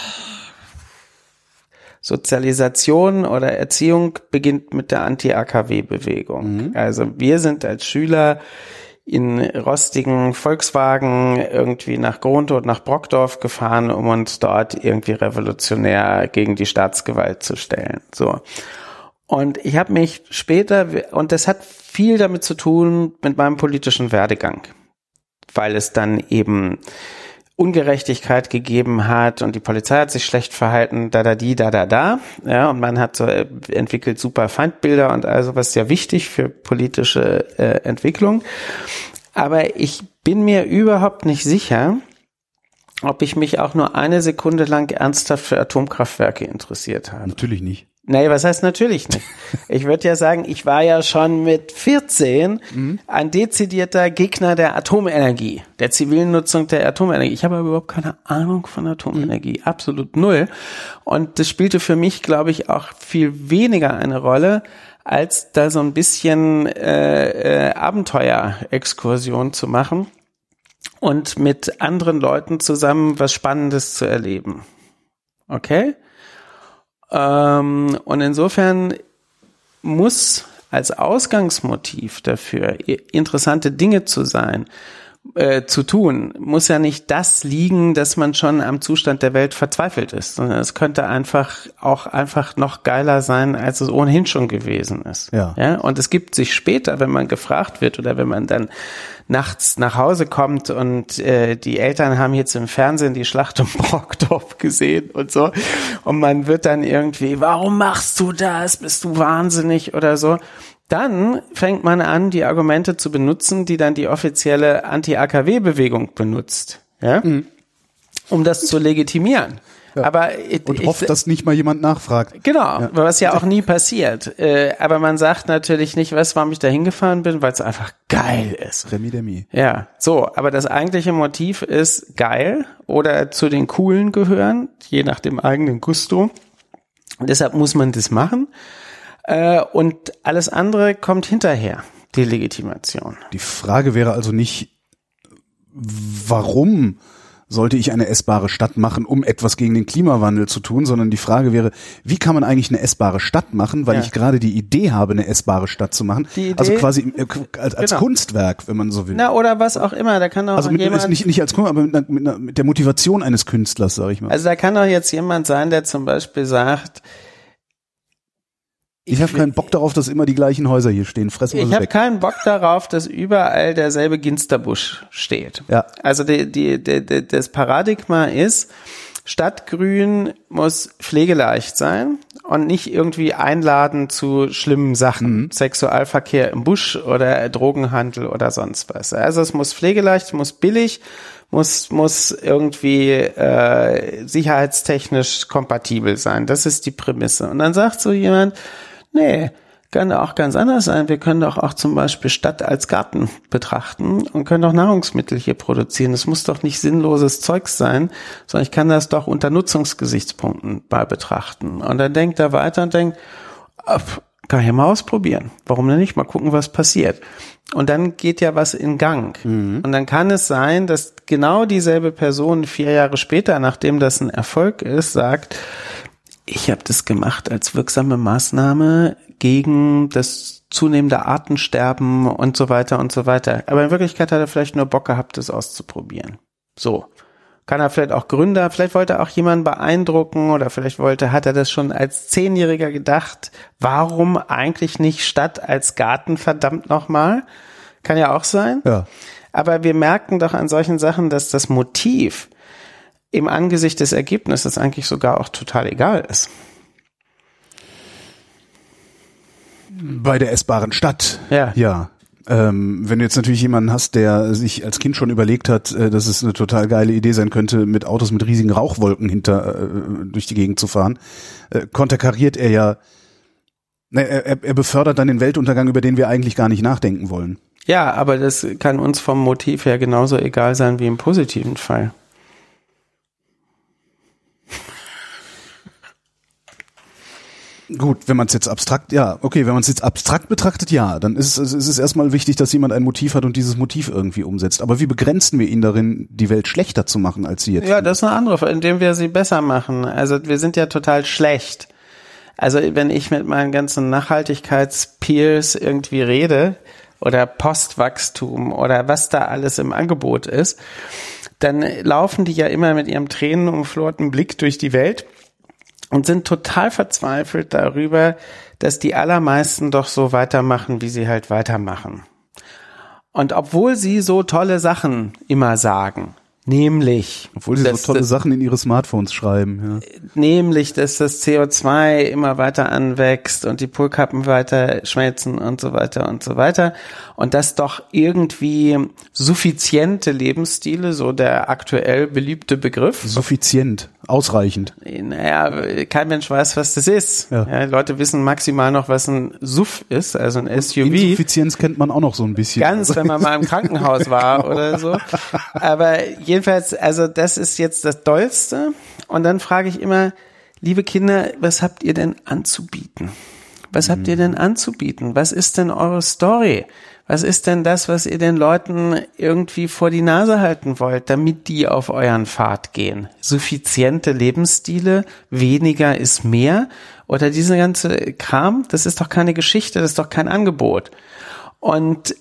Sozialisation oder Erziehung beginnt mit der Anti-AKW-Bewegung. Also wir sind als Schüler in rostigen Volkswagen irgendwie nach Gronte und nach Brockdorf gefahren, um uns dort irgendwie revolutionär gegen die Staatsgewalt zu stellen. So. Und ich habe mich später, und das hat viel damit zu tun mit meinem politischen Werdegang, weil es dann eben Ungerechtigkeit gegeben hat und die Polizei hat sich schlecht verhalten, da. Ja, und man hat so entwickelt super Feindbilder und also was sehr wichtig für politische Entwicklung. Aber ich bin mir überhaupt nicht sicher, ob ich mich auch nur eine Sekunde lang ernsthaft für Atomkraftwerke interessiert habe. Natürlich nicht. Nee, was heißt natürlich nicht? Ich würde ja sagen, ich war ja schon mit 14 ein dezidierter Gegner der Atomenergie, der zivilen Nutzung der Atomenergie. Ich habe aber überhaupt keine Ahnung von Atomenergie, absolut null. Und das spielte für mich, glaube ich, auch viel weniger eine Rolle, als da so ein bisschen Abenteuerexkursion zu machen und mit anderen Leuten zusammen was Spannendes zu erleben. Okay? Und insofern muss als Ausgangsmotiv dafür, interessante Dinge zu tun, muss ja nicht das liegen, dass man schon am Zustand der Welt verzweifelt ist, sondern es könnte einfach noch geiler sein, als es ohnehin schon gewesen ist. Ja. Ja? Und es gibt sich später, wenn man gefragt wird oder wenn man dann nachts nach Hause kommt und die Eltern haben jetzt im Fernsehen die Schlacht um Brockdorf gesehen und so und man wird dann irgendwie, warum machst du das? Bist du wahnsinnig oder so? Dann fängt man an, die Argumente zu benutzen, die dann die offizielle Anti-AKW-Bewegung benutzt, ja? Um das zu legitimieren. Ja. Aber und hofft, dass nicht mal jemand nachfragt. Genau, Ja. was ja auch nie passiert. Aber man sagt natürlich nicht, warum ich da hingefahren bin, weil es einfach geil ist. Remi Demi. Ja, so, aber das eigentliche Motiv ist geil oder zu den Coolen gehören, je nach dem eigenen Gusto. Und deshalb muss man das machen. Und alles andere kommt hinterher, die Legitimation. Die Frage wäre also nicht, warum sollte ich eine essbare Stadt machen, um etwas gegen den Klimawandel zu tun, sondern die Frage wäre, wie kann man eigentlich eine essbare Stadt machen, weil ich gerade die Idee habe, eine essbare Stadt zu machen. Die Idee, also quasi als Kunstwerk, wenn man so will. Na, oder was auch immer, da kann auch also jemand... nicht als Kunst, aber mit der Motivation eines Künstlers, sag ich mal. Also da kann doch jetzt jemand sein, der zum Beispiel sagt, Ich habe keinen Bock darauf, dass immer die gleichen Häuser hier stehen. Fressen wir Ich habe keinen Bock darauf, dass überall derselbe Ginsterbusch steht. Ja. Also das Paradigma ist, Stadtgrün muss pflegeleicht sein und nicht irgendwie einladen zu schlimmen Sachen, Sexualverkehr im Busch oder Drogenhandel oder sonst was. Also es muss pflegeleicht, muss billig, muss irgendwie sicherheitstechnisch kompatibel sein. Das ist die Prämisse. Und dann sagt so jemand, nee, kann auch ganz anders sein. Wir können doch auch zum Beispiel Stadt als Garten betrachten und können doch Nahrungsmittel hier produzieren. Es muss doch nicht sinnloses Zeugs sein, sondern ich kann das doch unter Nutzungsgesichtspunkten mal betrachten. Und dann denkt er weiter und denkt, kann ich ja mal ausprobieren. Warum denn nicht? Mal gucken, was passiert. Und dann geht ja was in Gang. Und dann kann es sein, dass genau dieselbe Person 4 Jahre später, nachdem das ein Erfolg ist, sagt, ich habe das gemacht als wirksame Maßnahme gegen das zunehmende Artensterben und so weiter und so weiter. Aber in Wirklichkeit hat er vielleicht nur Bock gehabt, das auszuprobieren. So. Kann er vielleicht auch Gründer, vielleicht wollte er auch jemanden beeindrucken oder vielleicht hat er das schon als 10-Jähriger gedacht. Warum eigentlich nicht Stadt als Garten, verdammt nochmal? Kann ja auch sein. Ja. Aber wir merken doch an solchen Sachen, dass das Motiv im Angesicht des Ergebnisses eigentlich sogar auch total egal ist. Bei der essbaren Stadt. Ja. Ja. Wenn du jetzt natürlich jemanden hast, der sich als Kind schon überlegt hat, dass es eine total geile Idee sein könnte, mit Autos mit riesigen Rauchwolken durch die Gegend zu fahren, konterkariert er ja, er befördert dann den Weltuntergang, über den wir eigentlich gar nicht nachdenken wollen. Ja, aber das kann uns vom Motiv her genauso egal sein wie im positiven Fall. Gut, wenn man es jetzt abstrakt, wenn man es jetzt abstrakt betrachtet, dann ist es erstmal wichtig, dass jemand ein Motiv hat und dieses Motiv irgendwie umsetzt. Aber wie begrenzen wir ihn darin, die Welt schlechter zu machen, als sie jetzt? Ja, das ist eine andere Frage, indem wir sie besser machen. Also wir sind ja total schlecht. Also wenn ich mit meinen ganzen Nachhaltigkeitspeers irgendwie rede oder Postwachstum oder was da alles im Angebot ist, dann laufen die ja immer mit ihrem tränenumflorten Blick durch die Welt und sind total verzweifelt darüber, dass die allermeisten doch so weitermachen, wie sie halt weitermachen. Und obwohl sie so tolle Sachen immer sagen, nämlich... Obwohl sie so tolle Sachen in ihre Smartphones schreiben. Ja. Nämlich, dass das CO2 immer weiter anwächst und die Polkappen weiter schmelzen und so weiter und so weiter. Und dass doch irgendwie suffiziente Lebensstile, so der aktuell beliebte Begriff. Suffizient, ausreichend. Naja, kein Mensch weiß, was das ist. Ja, Leute wissen maximal noch, was ein SUV ist, also ein SUV. Insuffizienz kennt man auch noch so ein bisschen. Ganz, wenn man mal im Krankenhaus war oder so. Aber jedenfalls, also das ist jetzt das Dollste. Und dann frage ich immer, liebe Kinder, was habt ihr denn anzubieten? Was habt ihr denn anzubieten? Was ist denn eure Story? Was ist denn das, was ihr den Leuten irgendwie vor die Nase halten wollt, damit die auf euren Pfad gehen? Suffiziente Lebensstile, weniger ist mehr? Oder diese ganze Kram, das ist doch keine Geschichte, das ist doch kein Angebot. Und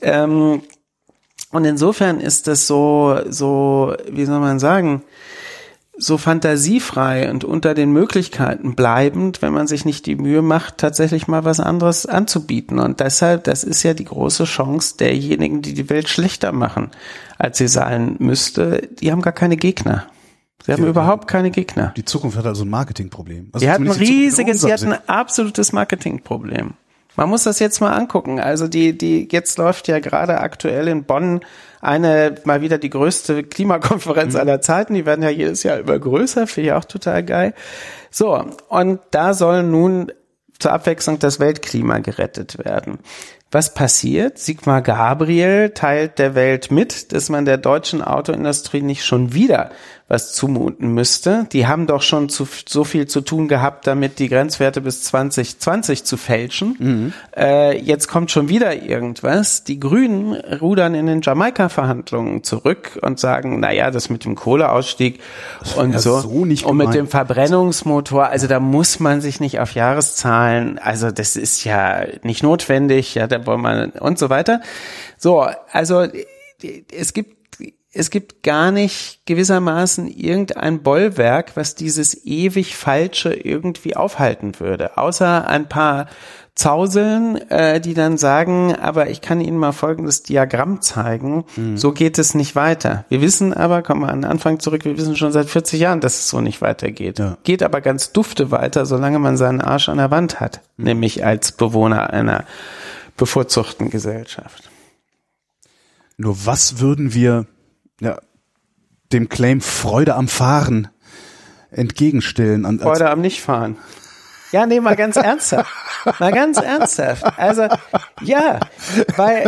insofern ist das so, wie soll man sagen, so fantasiefrei und unter den Möglichkeiten bleibend, wenn man sich nicht die Mühe macht, tatsächlich mal was anderes anzubieten. Und deshalb, das ist ja die große Chance derjenigen, die die Welt schlechter machen, als sie sein müsste. Die haben gar keine Gegner. Sie haben überhaupt keine Gegner. Die Zukunft hat also ein Marketingproblem. Also sie hat ein absolutes Marketingproblem. Man muss das jetzt mal angucken. Also jetzt läuft ja gerade aktuell in Bonn mal wieder die größte Klimakonferenz aller Zeiten. Die werden ja jedes Jahr immer größer, finde ich auch total geil. So, und da soll nun zur Abwechslung das Weltklima gerettet werden. Was passiert? Sigmar Gabriel teilt der Welt mit, dass man der deutschen Autoindustrie nicht schon wieder was zumuten müsste. Die haben doch schon so viel zu tun gehabt, damit die Grenzwerte bis 2020 zu fälschen. Jetzt kommt schon wieder irgendwas. Die Grünen rudern in den Jamaika-Verhandlungen zurück und sagen, naja, das mit dem Kohleausstieg und so nicht und mit dem Verbrennungsmotor, also da muss man sich nicht auf Jahreszahlen, also das ist ja nicht notwendig, ja, da wollen wir und so weiter. So, also es gibt gar nicht gewissermaßen irgendein Bollwerk, was dieses ewig Falsche irgendwie aufhalten würde, außer ein paar zauseln, die dann sagen, aber ich kann Ihnen mal folgendes Diagramm zeigen, so geht es nicht weiter. Wir wissen aber, kommen wir an den Anfang zurück, wir wissen schon seit 40 Jahren, dass es so nicht weitergeht. Ja. Geht aber ganz dufte weiter, solange man seinen Arsch an der Wand hat, nämlich als Bewohner einer bevorzugten Gesellschaft. Nur was würden wir dem Claim Freude am Fahren entgegenstellen? Freude am Nichtfahren. Ja, nee, mal ganz ernsthaft. Mal ganz ernsthaft. Also, ja, weil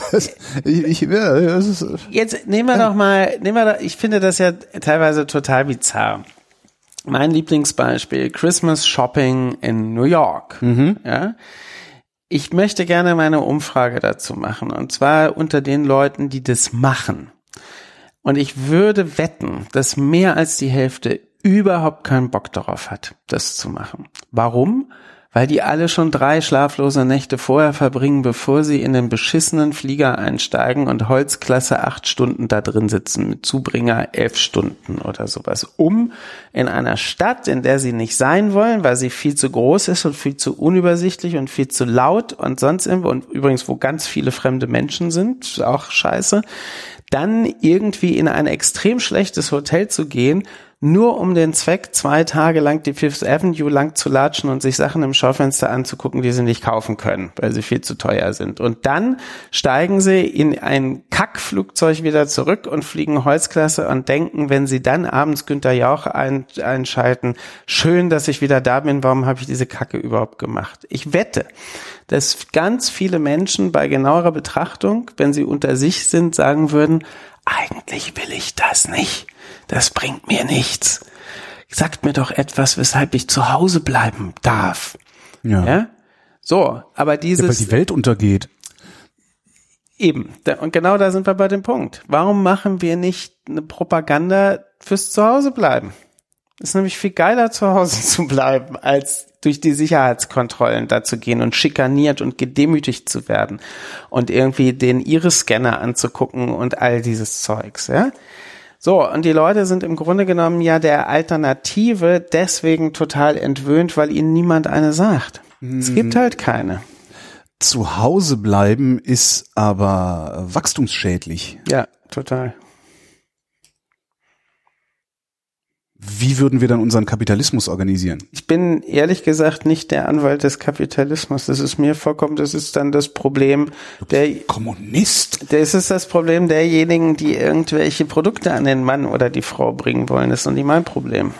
jetzt nehmen wir doch, ich finde das ja teilweise total bizarr. Mein Lieblingsbeispiel, Christmas Shopping in New York. Ja. Ich möchte gerne meine Umfrage dazu machen, und zwar unter den Leuten, die das machen. Und ich würde wetten, dass mehr als die Hälfte überhaupt keinen Bock darauf hat, das zu machen. Warum? Weil die alle schon 3 schlaflose Nächte vorher verbringen, bevor sie in den beschissenen Flieger einsteigen und Holzklasse 8 Stunden da drin sitzen, mit Zubringer 11 Stunden oder sowas, um in einer Stadt, in der sie nicht sein wollen, weil sie viel zu groß ist und viel zu unübersichtlich und viel zu laut und sonst irgendwo, und übrigens, wo ganz viele fremde Menschen sind, auch scheiße, dann irgendwie in ein extrem schlechtes Hotel zu gehen, nur um den Zweck, 2 Tage lang die Fifth Avenue lang zu latschen und sich Sachen im Schaufenster anzugucken, die sie nicht kaufen können, weil sie viel zu teuer sind. Und dann steigen sie in ein Kackflugzeug wieder zurück und fliegen Holzklasse und denken, wenn sie dann abends Günther Jauch einschalten, schön, dass ich wieder da bin, warum habe ich diese Kacke überhaupt gemacht? Ich wette, dass ganz viele Menschen bei genauerer Betrachtung, wenn sie unter sich sind, sagen würden, eigentlich will ich das nicht. Das bringt mir nichts. Sagt mir doch etwas, weshalb ich zu Hause bleiben darf. Ja? So, aber dieses... Ja, weil die Welt untergeht. Eben. Und genau da sind wir bei dem Punkt. Warum machen wir nicht eine Propaganda fürs Zuhausebleiben? Es ist nämlich viel geiler, zu Hause zu bleiben, als durch die Sicherheitskontrollen da zu gehen und schikaniert und gedemütigt zu werden und irgendwie den Iris-Scanner anzugucken und all dieses Zeugs, ja? So, und die Leute sind im Grunde genommen ja der Alternative deswegen total entwöhnt, weil ihnen niemand eine sagt. Es gibt halt keine. Zu Hause bleiben ist aber wachstumsschädlich. Ja, total. Wie würden wir dann unseren Kapitalismus organisieren? Ich bin ehrlich gesagt nicht der Anwalt des Kapitalismus. Das ist mir vollkommen, das ist dann das Problem der Kommunist. Das ist das Problem derjenigen, die irgendwelche Produkte an den Mann oder die Frau bringen wollen. Das ist doch nicht mein Problem.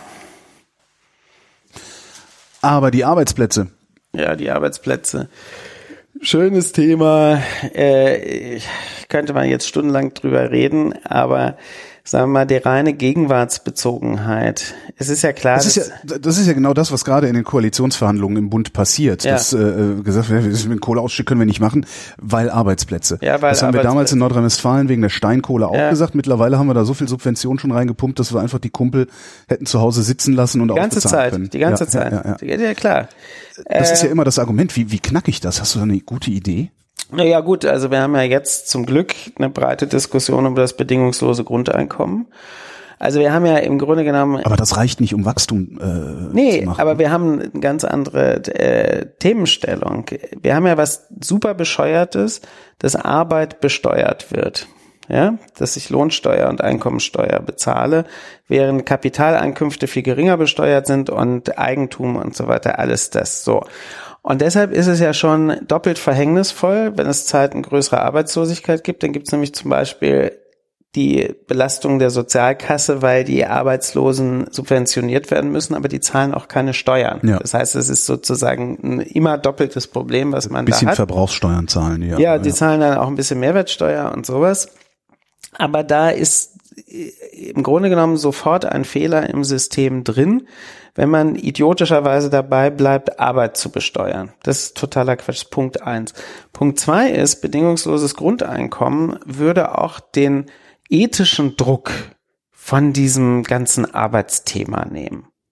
Aber die Arbeitsplätze. Ja, die Arbeitsplätze. Schönes Thema. Könnte man jetzt stundenlang drüber reden, aber sagen wir mal, die reine Gegenwartsbezogenheit. Es ist ja klar, das ist ja genau das, was gerade in den Koalitionsverhandlungen im Bund passiert. Ja. Dass gesagt wird, mit Kohleausstieg können wir nicht machen, weil Arbeitsplätze. Ja, weil das haben wir damals in Nordrhein-Westfalen wegen der Steinkohle auch gesagt. Mittlerweile haben wir da so viel Subvention schon reingepumpt, dass wir einfach die Kumpel hätten zu Hause sitzen lassen und auch bezahlen können. Die ganze Zeit. Ja, klar. Das ist ja immer das Argument. Wie knacke ich das? Hast du da eine gute Idee? Naja gut, also wir haben ja jetzt zum Glück eine breite Diskussion über das bedingungslose Grundeinkommen. Also wir haben ja im Grunde genommen... Aber das reicht nicht, um Wachstum zu machen. Nee, aber wir haben eine ganz andere Themenstellung. Wir haben ja was super Bescheuertes, dass Arbeit besteuert wird. Ja, dass ich Lohnsteuer und Einkommensteuer bezahle, während Kapitaleinkünfte viel geringer besteuert sind und Eigentum und so weiter, alles das so. Und deshalb ist es ja schon doppelt verhängnisvoll, wenn es Zeiten größerer Arbeitslosigkeit gibt. Dann gibt es nämlich zum Beispiel die Belastung der Sozialkasse, weil die Arbeitslosen subventioniert werden müssen, aber die zahlen auch keine Steuern. Ja. Das heißt, es ist sozusagen ein immer doppeltes Problem, was man da hat. Ein bisschen Verbrauchssteuern zahlen, ja. Ja, die zahlen dann auch ein bisschen Mehrwertsteuer und sowas. Aber da ist im Grunde genommen sofort ein Fehler im System drin, wenn man idiotischerweise dabei bleibt, Arbeit zu besteuern. Das ist totaler Quatsch. Punkt 1. Punkt 2 ist, bedingungsloses Grundeinkommen würde auch den ethischen Druck von diesem ganzen Arbeitsthema nehmen.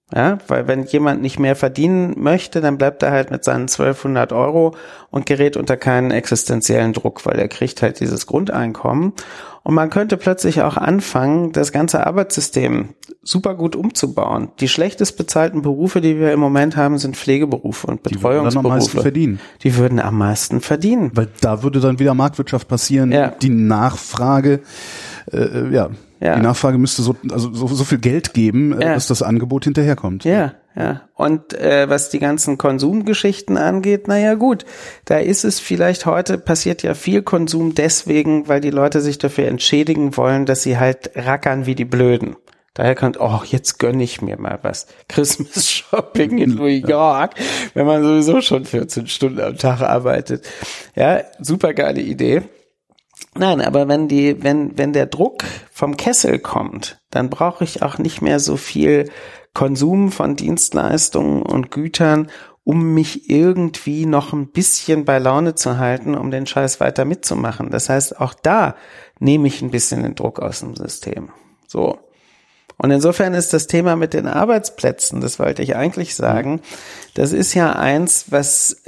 Ja, weil wenn jemand nicht mehr verdienen möchte, dann bleibt er halt mit seinen 1200 € und gerät unter keinen existenziellen Druck, weil er kriegt halt dieses Grundeinkommen. Und man könnte plötzlich auch anfangen, das ganze Arbeitssystem super gut umzubauen. Die schlechtest bezahlten Berufe, die wir im Moment haben, sind Pflegeberufe und Betreuungsberufe. Die würden am meisten verdienen. Die würden am meisten verdienen. Weil da würde dann wieder Marktwirtschaft passieren. Ja. Die Nachfrage, Ja. Die Nachfrage müsste so viel Geld geben, dass das Angebot hinterherkommt. Ja. Und was die ganzen Konsumgeschichten angeht, naja gut, da ist es vielleicht heute, passiert ja viel Konsum deswegen, weil die Leute sich dafür entschädigen wollen, dass sie halt rackern wie die Blöden. Daher kommt, jetzt gönne ich mir mal was. Christmas Shopping in New York, wenn man sowieso schon 14 Stunden am Tag arbeitet. Ja, super geile Idee. Nein, aber wenn der Druck vom Kessel kommt, dann brauche ich auch nicht mehr so viel Konsum von Dienstleistungen und Gütern, um mich irgendwie noch ein bisschen bei Laune zu halten, um den Scheiß weiter mitzumachen. Das heißt, auch da nehme ich ein bisschen den Druck aus dem System. So. Und insofern ist das Thema mit den Arbeitsplätzen, das wollte ich eigentlich sagen, das ist ja eins, was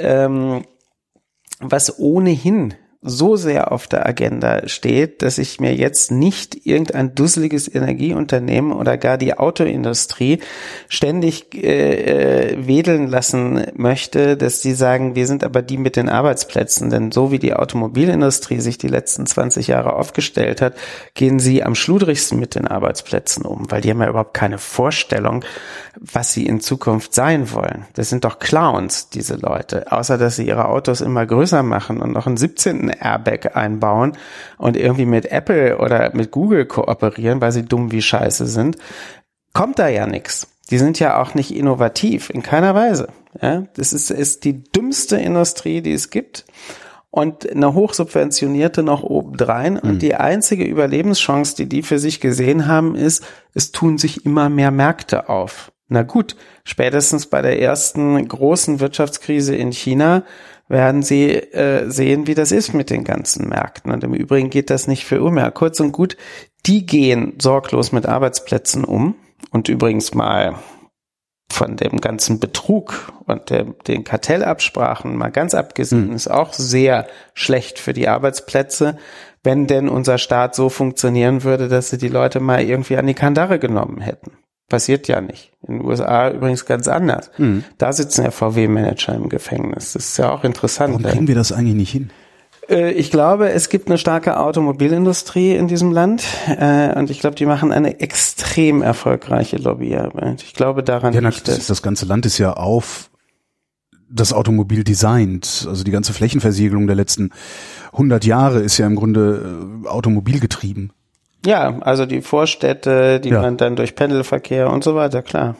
ohnehin so sehr auf der Agenda steht, dass ich mir jetzt nicht irgendein dusseliges Energieunternehmen oder gar die Autoindustrie ständig wedeln lassen möchte, dass die sagen, wir sind aber die mit den Arbeitsplätzen. Denn so wie die Automobilindustrie sich die letzten 20 Jahre aufgestellt hat, gehen sie am schludrigsten mit den Arbeitsplätzen um, weil die haben ja überhaupt keine Vorstellung, was sie in Zukunft sein wollen. Das sind doch Clowns, diese Leute. Außer, dass sie ihre Autos immer größer machen und noch einen 17. Airbag einbauen und irgendwie mit Apple oder mit Google kooperieren, weil sie dumm wie Scheiße sind, kommt da ja nichts. Die sind ja auch nicht innovativ, in keiner Weise. Ja, das ist die dümmste Industrie, die es gibt und eine hochsubventionierte noch obendrein. Und die einzige Überlebenschance, die für sich gesehen haben, ist, es tun sich immer mehr Märkte auf. Na gut, spätestens bei der ersten großen Wirtschaftskrise in China werden Sie sehen, wie das ist mit den ganzen Märkten. Und im Übrigen geht das nicht für immer. Kurz und gut, die gehen sorglos mit Arbeitsplätzen um. Und übrigens mal von dem ganzen Betrug und den Kartellabsprachen mal ganz abgesehen, ist auch sehr schlecht für die Arbeitsplätze, wenn denn unser Staat so funktionieren würde, dass sie die Leute mal irgendwie an die Kandare genommen hätten. Passiert ja nicht. In den USA übrigens ganz anders. Da sitzen ja VW-Manager im Gefängnis. Das ist ja auch interessant. Warum kriegen wir das eigentlich nicht hin? Ich glaube, es gibt eine starke Automobilindustrie in diesem Land. Und ich glaube, die machen eine extrem erfolgreiche Lobbyarbeit. Ich glaube daran nicht. Das ganze Land ist ja auf das Automobil designt. Also die ganze Flächenversiegelung der letzten 100 Jahre ist ja im Grunde automobilgetrieben. Ja, also die Vorstädte, die man dann durch Pendelverkehr und so weiter, klar.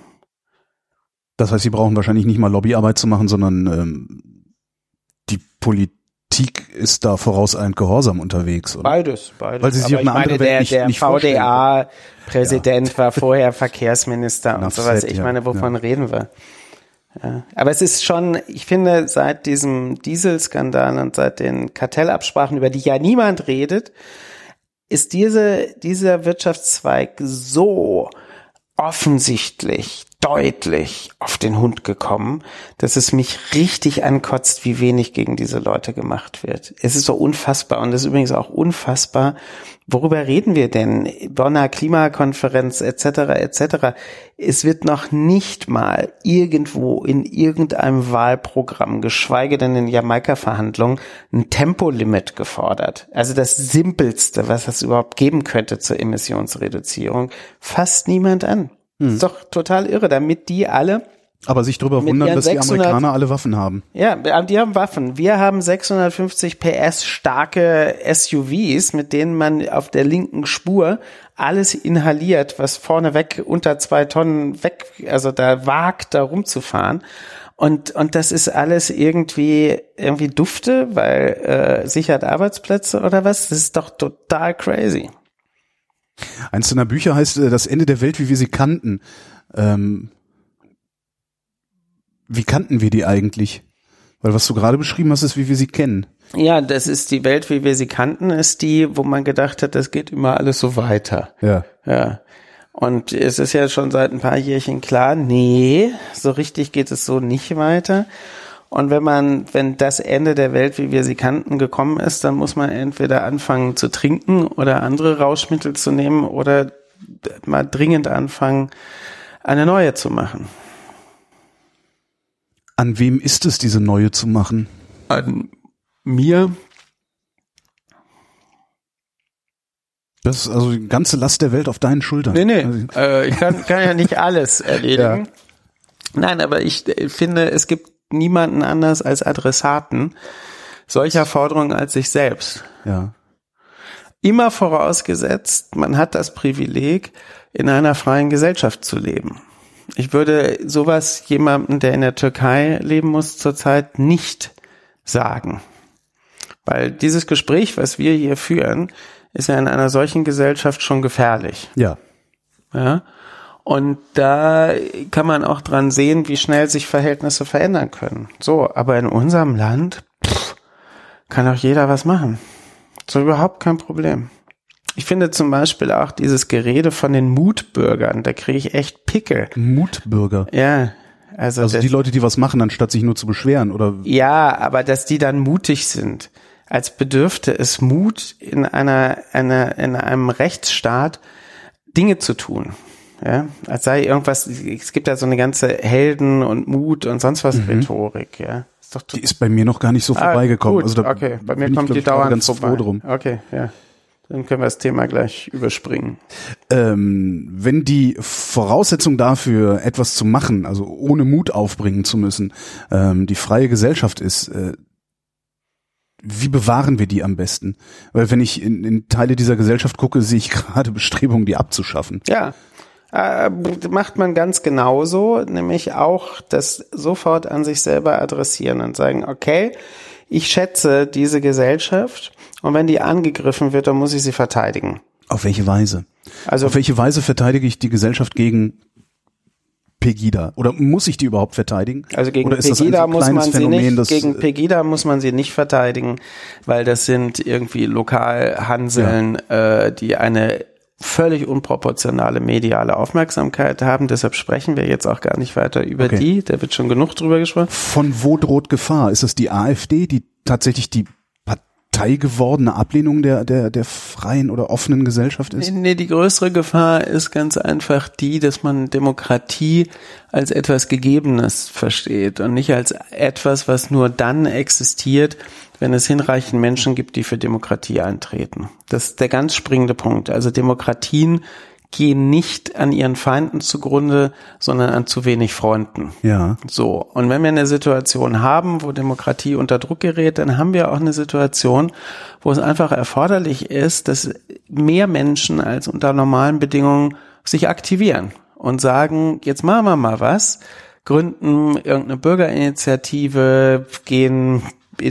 Das heißt, sie brauchen wahrscheinlich nicht mal Lobbyarbeit zu machen, sondern die Politik ist da vorauseilend gehorsam unterwegs. Oder? Beides. Weil sie sich auf eine andere Welt nicht vorstellen. Der VDA-Präsident war vorher Verkehrsminister und sowas. Ich meine, wovon reden wir? Ja. Aber es ist schon, ich finde, seit diesem Dieselskandal und seit den Kartellabsprachen, über die ja niemand redet, ist dieser Wirtschaftszweig so offensichtlich, deutlich auf den Hund gekommen, dass es mich richtig ankotzt, wie wenig gegen diese Leute gemacht wird. Es ist so unfassbar und es ist übrigens auch unfassbar, worüber reden wir denn? Bonner Klimakonferenz etc. etc. Es wird noch nicht mal irgendwo in irgendeinem Wahlprogramm, geschweige denn in Jamaika-Verhandlungen, ein Tempolimit gefordert. Also das Simpelste, was es überhaupt geben könnte zur Emissionsreduzierung, fasst niemand an. Das ist doch total irre, damit die alle... Aber sich darüber wundern, dass die Amerikaner alle Waffen haben. Ja, die haben Waffen. Wir haben 650 PS starke SUVs, mit denen man auf der linken Spur alles inhaliert, was vorneweg unter 2 Tonnen weg, also da wagt, da rumzufahren. Und das ist alles irgendwie dufte, weil sichert Arbeitsplätze oder was? Das ist doch total crazy. Eins deiner Bücher heißt Das Ende der Welt, wie wir sie kannten. Wie kannten wir die eigentlich? Weil was du gerade beschrieben hast, ist, wie wir sie kennen. Ja, das ist die Welt, wie wir sie kannten, ist die, wo man gedacht hat, das geht immer alles so weiter. Ja. Ja. Und es ist ja schon seit ein paar Jährchen klar, nee, so richtig geht es so nicht weiter. Und wenn das Ende der Welt, wie wir sie kannten, gekommen ist, dann muss man entweder anfangen zu trinken oder andere Rauschmittel zu nehmen oder mal dringend anfangen, eine neue zu machen. An wem ist es, diese neue zu machen? An mir. Das ist also die ganze Last der Welt auf deinen Schultern. Nee. Ich kann ja nicht alles erledigen. Ja. Nein, aber ich finde, es gibt niemanden anders als Adressaten solcher Forderungen als sich selbst. Ja. Immer vorausgesetzt, man hat das Privileg, in einer freien Gesellschaft zu leben. Ich würde sowas jemandem, der in der Türkei leben muss, zurzeit nicht sagen. Weil dieses Gespräch, was wir hier führen, ist ja in einer solchen Gesellschaft schon gefährlich. Ja. Ja. Und da kann man auch dran sehen, wie schnell sich Verhältnisse verändern können. So, aber in unserem Land kann auch jeder was machen. So überhaupt kein Problem. Ich finde zum Beispiel auch dieses Gerede von den Mutbürgern, da kriege ich echt Pickel. Mutbürger? Ja. Also die Leute, die was machen, anstatt sich nur zu beschweren, oder? Ja, aber dass die dann mutig sind, als bedürfte es Mut, in einem Rechtsstaat Dinge zu tun. Ja, als sei irgendwas, es gibt ja so eine ganze Helden und Mut und sonst was Rhetorik, ja. Ist doch die ist bei mir noch gar nicht so vorbeigekommen. Gut, also da okay, bei mir kommt die dauernd ganz vorbei. Froh drum. Okay, ja. Dann können wir das Thema gleich überspringen. Wenn die Voraussetzung dafür, etwas zu machen, also ohne Mut aufbringen zu müssen, die freie Gesellschaft ist, wie bewahren wir die am besten? Weil wenn ich in Teile dieser Gesellschaft gucke, sehe ich gerade Bestrebungen, die abzuschaffen. Ja, macht man ganz genauso, nämlich auch das sofort an sich selber adressieren und sagen, okay, ich schätze diese Gesellschaft und wenn die angegriffen wird, dann muss ich sie verteidigen. Auf welche Weise? Also auf welche Weise verteidige ich die Gesellschaft gegen Pegida? Oder muss ich die überhaupt verteidigen? Also gegen Pegida muss man sie nicht, gegen Pegida muss man sie nicht verteidigen, weil das sind irgendwie Lokalhanseln, die eine völlig unproportionale mediale Aufmerksamkeit haben. Deshalb sprechen wir jetzt auch gar nicht weiter über die. Da wird schon genug drüber gesprochen. Von wo droht Gefahr? Ist es die AfD, die tatsächlich die parteigewordene Ablehnung der freien oder offenen Gesellschaft ist? Nee, die größere Gefahr ist ganz einfach die, dass man Demokratie als etwas Gegebenes versteht und nicht als etwas, was nur dann existiert, wenn es hinreichend Menschen gibt, die für Demokratie eintreten. Das ist der ganz springende Punkt. Also Demokratien gehen nicht an ihren Feinden zugrunde, sondern an zu wenig Freunden. Ja. So. Und wenn wir eine Situation haben, wo Demokratie unter Druck gerät, dann haben wir auch eine Situation, wo es einfach erforderlich ist, dass mehr Menschen als unter normalen Bedingungen sich aktivieren und sagen, jetzt machen wir mal was, gründen irgendeine Bürgerinitiative, gehen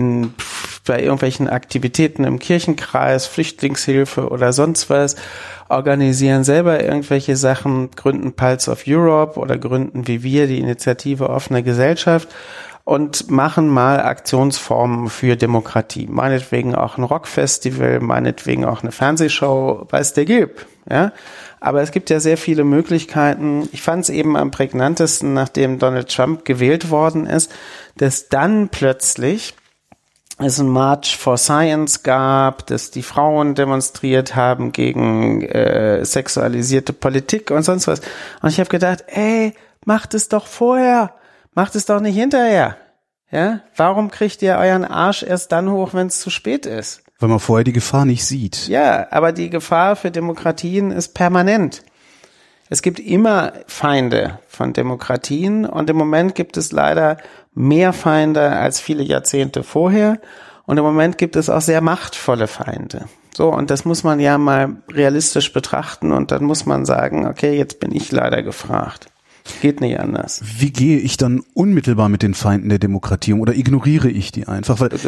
bei irgendwelchen Aktivitäten im Kirchenkreis, Flüchtlingshilfe oder sonst was, organisieren selber irgendwelche Sachen, gründen Pulse of Europe oder gründen wie wir die Initiative Offene Gesellschaft und machen mal Aktionsformen für Demokratie. Meinetwegen auch ein Rockfestival, meinetwegen auch eine Fernsehshow, weiß der Gilb, ja. Aber es gibt ja sehr viele Möglichkeiten. Ich fand es eben am prägnantesten, nachdem Donald Trump gewählt worden ist, dass dann plötzlich es einen March for Science gab, dass die Frauen demonstriert haben gegen sexualisierte Politik und sonst was. Und ich habe gedacht, ey, macht es doch vorher, macht es doch nicht hinterher. Ja? Warum kriegt ihr euren Arsch erst dann hoch, wenn es zu spät ist? Weil man vorher die Gefahr nicht sieht. Ja, aber die Gefahr für Demokratien ist permanent. Es gibt immer Feinde von Demokratien und im Moment gibt es leider mehr Feinde als viele Jahrzehnte vorher und im Moment gibt es auch sehr machtvolle Feinde. So, und das muss man ja mal realistisch betrachten und dann muss man sagen, okay, jetzt bin ich leider gefragt. Geht nicht anders. Wie gehe ich dann unmittelbar mit den Feinden der Demokratie um oder ignoriere ich die einfach? Weil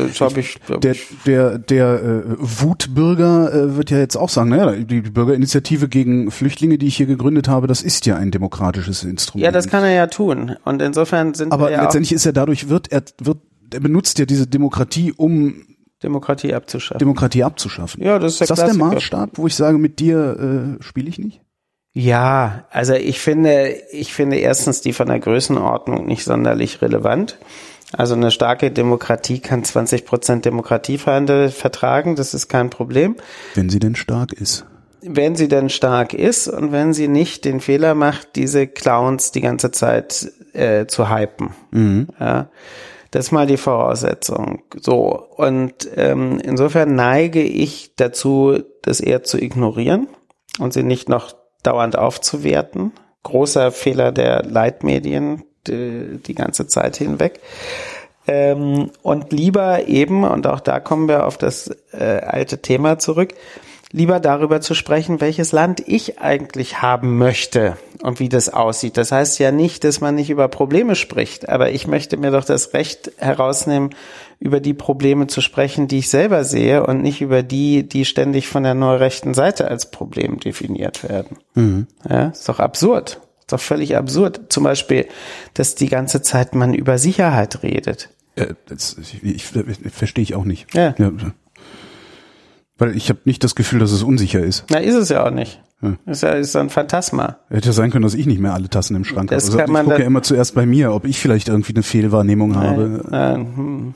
der Wutbürger wird ja jetzt auch sagen, naja, die Bürgerinitiative gegen Flüchtlinge, die ich hier gegründet habe, das ist ja ein demokratisches Instrument. Ja, das kann er ja tun. Und insofern sind aber wir ja letztendlich ist er dadurch, er benutzt ja diese Demokratie, um Demokratie abzuschaffen. Ja, das ist der Ist das der Maßstab, wo ich sage, mit dir spiele ich nicht? Ja, also ich finde erstens die von der Größenordnung nicht sonderlich relevant. Also eine starke Demokratie kann 20% Demokratiefeinde vertragen, das ist kein Problem. Wenn sie denn stark ist. Wenn sie denn stark ist und wenn sie nicht den Fehler macht, diese Clowns die ganze Zeit zu hypen. Mhm. Ja, das ist mal die Voraussetzung. So, und insofern neige ich dazu, das eher zu ignorieren und sie nicht noch dauernd aufzuwerten. Großer Fehler der Leitmedien die ganze Zeit hinweg. Und lieber eben, und auch da kommen wir auf das alte Thema zurück, lieber darüber zu sprechen, welches Land ich eigentlich haben möchte und wie das aussieht. Das heißt ja nicht, dass man nicht über Probleme spricht, aber ich möchte mir doch das Recht herausnehmen, über die Probleme zu sprechen, die ich selber sehe und nicht über die ständig von der neurechten Seite als Problem definiert werden. Mhm. Ja, ist doch absurd. Ist doch völlig absurd. Zum Beispiel, dass die ganze Zeit man über Sicherheit redet. Das verstehe ich auch nicht. Ja. Weil ich habe nicht das Gefühl, dass es unsicher ist. Na, ist es ja auch nicht. Ja. Ist ein Phantasma. Hätte ja sein können, dass ich nicht mehr alle Tassen im Schrank habe. Also ich gucke ja immer zuerst bei mir, ob ich vielleicht irgendwie eine Fehlwahrnehmung habe.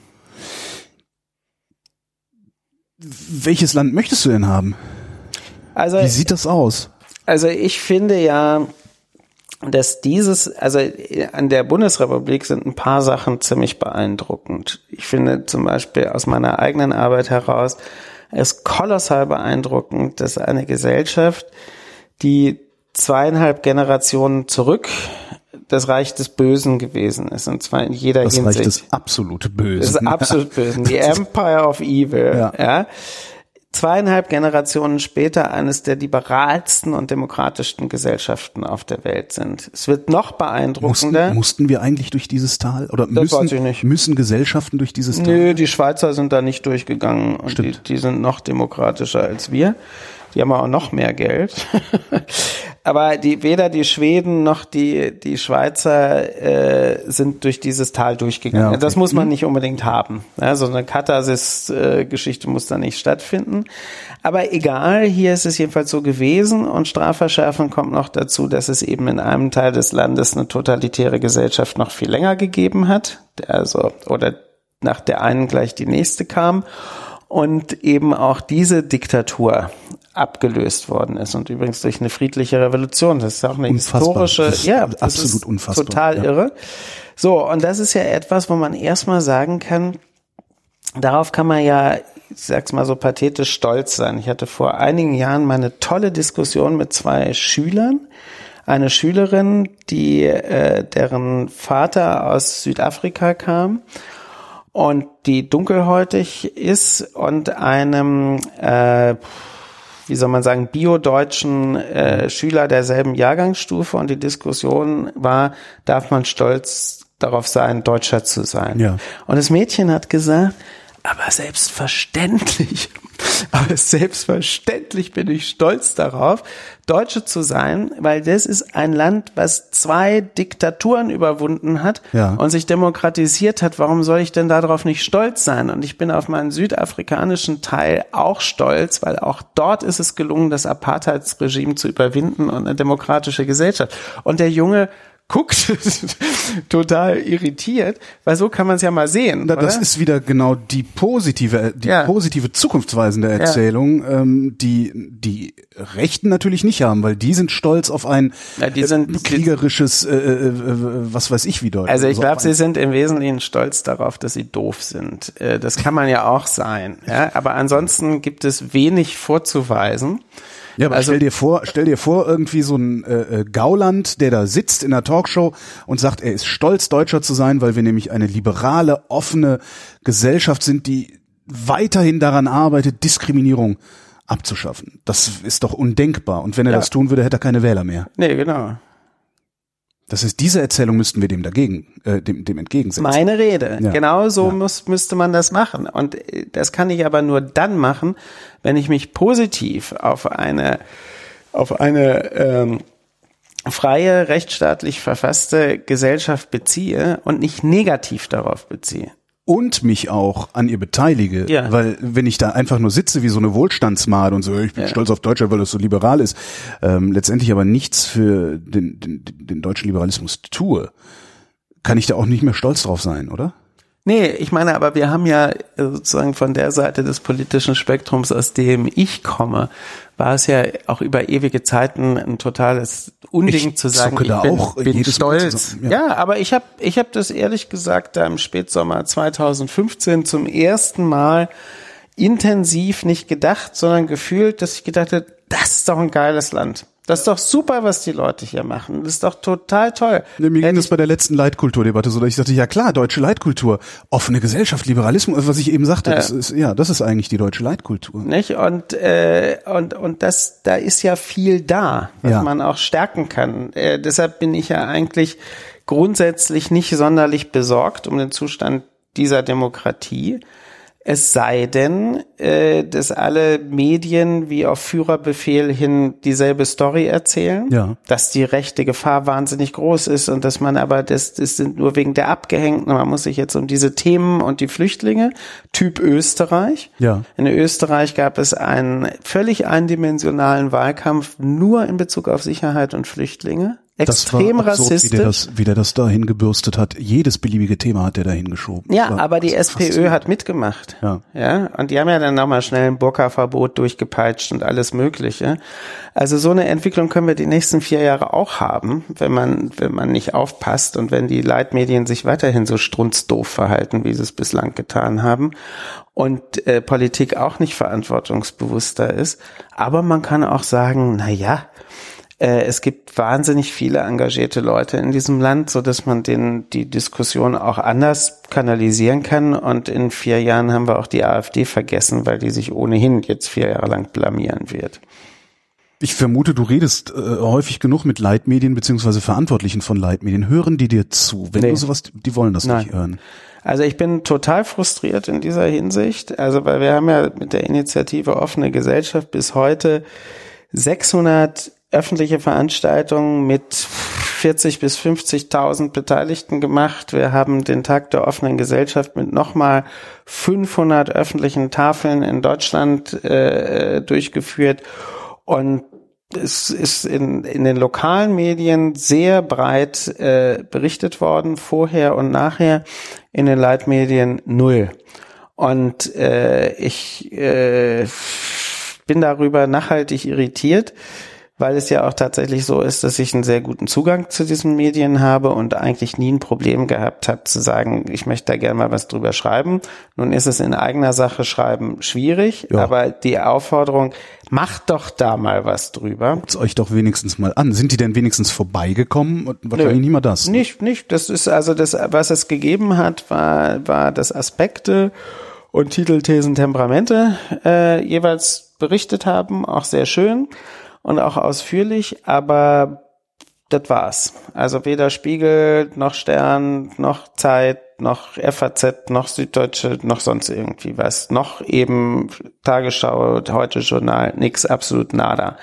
Welches Land möchtest du denn haben? Also, wie sieht das aus? Also ich finde ja, dass an der Bundesrepublik sind ein paar Sachen ziemlich beeindruckend. Ich finde zum Beispiel aus meiner eigenen Arbeit heraus, es ist kolossal beeindruckend, dass eine Gesellschaft, die 2,5 Generationen zurück das Reich des Bösen gewesen ist, und zwar in jeder Hinsicht. Das Reich des absolute Bösen. Das ist absolut Bösen. Die Empire of Evil. Ja. 2,5 Generationen später eines der liberalsten und demokratischsten Gesellschaften auf der Welt sind. Es wird noch beeindruckender. Mussten wir eigentlich durch dieses Tal? Oder müssen Gesellschaften durch dieses Tal? Nö, die Schweizer sind da nicht durchgegangen. Und die sind noch demokratischer als wir. Die haben auch noch mehr Geld. Aber weder die Schweden noch die Schweizer sind durch dieses Tal durchgegangen. Ja, okay. Das muss man nicht unbedingt haben. Also eine Katharsis-Geschichte muss da nicht stattfinden. Aber egal, hier ist es jedenfalls so gewesen. Und Strafverschärfung kommt noch dazu, dass es eben in einem Teil des Landes eine totalitäre Gesellschaft noch viel länger gegeben hat. Oder nach der einen gleich die nächste kam. Und eben auch diese Diktatur abgelöst worden ist und übrigens durch eine friedliche Revolution. Das ist auch eine historische, das absolut unfassbar. Total irre. So, und das ist ja etwas, wo man erstmal sagen kann, darauf kann man ja, ich sag's mal so pathetisch, stolz sein. Ich hatte vor einigen Jahren mal eine tolle Diskussion mit 2 Schülern. Eine Schülerin, deren Vater aus Südafrika kam und die dunkelhäutig ist, und einem bio-deutschen Schüler derselben Jahrgangsstufe, und die Diskussion war, darf man stolz darauf sein, Deutscher zu sein? Ja. Und das Mädchen hat gesagt, aber selbstverständlich bin ich stolz darauf, Deutsche zu sein, weil das ist ein Land, was 2 Diktaturen überwunden hat und sich demokratisiert hat. Warum soll ich denn darauf nicht stolz sein? Und ich bin auf meinen südafrikanischen Teil auch stolz, weil auch dort ist es gelungen, das Apartheidsregime zu überwinden und eine demokratische Gesellschaft. Und der Junge guckt total irritiert, weil so kann man es ja mal sehen. Das ist wieder genau die positive zukunftsweisende Erzählung, die Rechten natürlich nicht haben, weil die sind stolz auf ein kriegerisches, was weiß ich wie Deutschland. Also ich glaube, sie sind im Wesentlichen stolz darauf, dass sie doof sind. Das kann man ja auch sein. Ja? Aber ansonsten gibt es wenig vorzuweisen. Ja, aber stell dir vor, irgendwie so ein Gauland, der da sitzt in einer Talkshow und sagt, er ist stolz, Deutscher zu sein, weil wir nämlich eine liberale, offene Gesellschaft sind, die weiterhin daran arbeitet, Diskriminierung abzuschaffen. Das ist doch undenkbar. Und wenn er das tun würde, hätte er keine Wähler mehr. Nee, genau. Das heißt, diese Erzählung müssten wir dem entgegensetzen. Meine Rede. Ja. Genau so müsste man das machen. Und das kann ich aber nur dann machen, wenn ich mich positiv auf eine freie, rechtsstaatlich verfasste Gesellschaft beziehe und nicht negativ darauf beziehe. und mich auch an ihr beteilige, weil wenn ich da einfach nur sitze wie so eine Wohlstandsmade und so, ich bin stolz auf Deutschland, weil das so liberal ist, letztendlich aber nichts für den deutschen Liberalismus tue, kann ich da auch nicht mehr stolz drauf sein, oder? Nee, ich meine, aber wir haben ja sozusagen von der Seite des politischen Spektrums, aus dem ich komme, war es ja auch über ewige Zeiten ein totales Unding zu sagen, ich bin stolz. Ja, aber ich hab das ehrlich gesagt da im Spätsommer 2015 zum ersten Mal intensiv nicht gedacht, sondern gefühlt, dass ich gedacht habe, das ist doch ein geiles Land. Das ist doch super, was die Leute hier machen. Das ist doch total toll. Ja, mir ging das bei der letzten Leitkulturdebatte so, dass ich dachte, ja klar, deutsche Leitkultur, offene Gesellschaft, Liberalismus, was ich eben sagte, das ist eigentlich die deutsche Leitkultur. Nicht? Und da ist ja viel da, was man auch stärken kann. Deshalb bin ich ja eigentlich grundsätzlich nicht sonderlich besorgt um den Zustand dieser Demokratie. Es sei denn, dass alle Medien wie auf Führerbefehl hin dieselbe Story erzählen, dass die rechte Gefahr wahnsinnig groß ist und dass man aber, das sind nur wegen der Abgehängten, man muss sich jetzt um diese Themen und die Flüchtlinge, Typ Österreich. Ja. In Österreich gab es einen völlig eindimensionalen Wahlkampf nur in Bezug auf Sicherheit und Flüchtlinge. Extrem rassistisch. Wie der das da hingebürstet hat. Jedes beliebige Thema hat der da hingeschoben. Ja, aber die SPÖ hat mitgemacht. Ja. Und die haben ja dann nochmal schnell ein Burka-Verbot durchgepeitscht und alles Mögliche. Also so eine Entwicklung können wir die nächsten 4 Jahre auch haben, wenn man nicht aufpasst und wenn die Leitmedien sich weiterhin so strunzdoof verhalten, wie sie es bislang getan haben. Und Politik auch nicht verantwortungsbewusster ist. Aber man kann auch sagen, es gibt wahnsinnig viele engagierte Leute in diesem Land, so dass man die Diskussion auch anders kanalisieren kann. Und in 4 Jahren haben wir auch die AfD vergessen, weil die sich ohnehin jetzt 4 Jahre lang blamieren wird. Ich vermute, du redest häufig genug mit Leitmedien beziehungsweise Verantwortlichen von Leitmedien. Hören die dir zu? Wenn du sowas, die wollen das nicht hören. Also ich bin total frustriert in dieser Hinsicht. Also weil wir haben ja mit der Initiative Offene Gesellschaft bis heute 600 öffentliche Veranstaltungen mit 40.000 bis 50.000 Beteiligten gemacht. Wir haben den Tag der offenen Gesellschaft mit nochmal 500 öffentlichen Tafeln in Deutschland durchgeführt. Und es ist in den lokalen Medien sehr breit berichtet worden, vorher und nachher, in den Leitmedien 0. Und ich bin darüber nachhaltig irritiert, weil es ja auch tatsächlich so ist, dass ich einen sehr guten Zugang zu diesen Medien habe und eigentlich nie ein Problem gehabt habe zu sagen, ich möchte da gerne mal was drüber schreiben. Nun ist es in eigener Sache schreiben schwierig, aber die Aufforderung, macht doch da mal was drüber. Guckt's euch doch wenigstens mal an. Sind die denn wenigstens vorbeigekommen? Und wahrscheinlich nicht mal das. Nicht. Das ist also das, was es gegeben hat, war das Aspekte und Titel, Thesen, Temperamente jeweils berichtet haben, auch sehr schön. Und auch ausführlich, aber das war's. Also weder Spiegel, noch Stern, noch Zeit, noch FAZ, noch Süddeutsche, noch sonst irgendwie was. Noch eben Tagesschau, Heute-Journal, nix, absolut nada.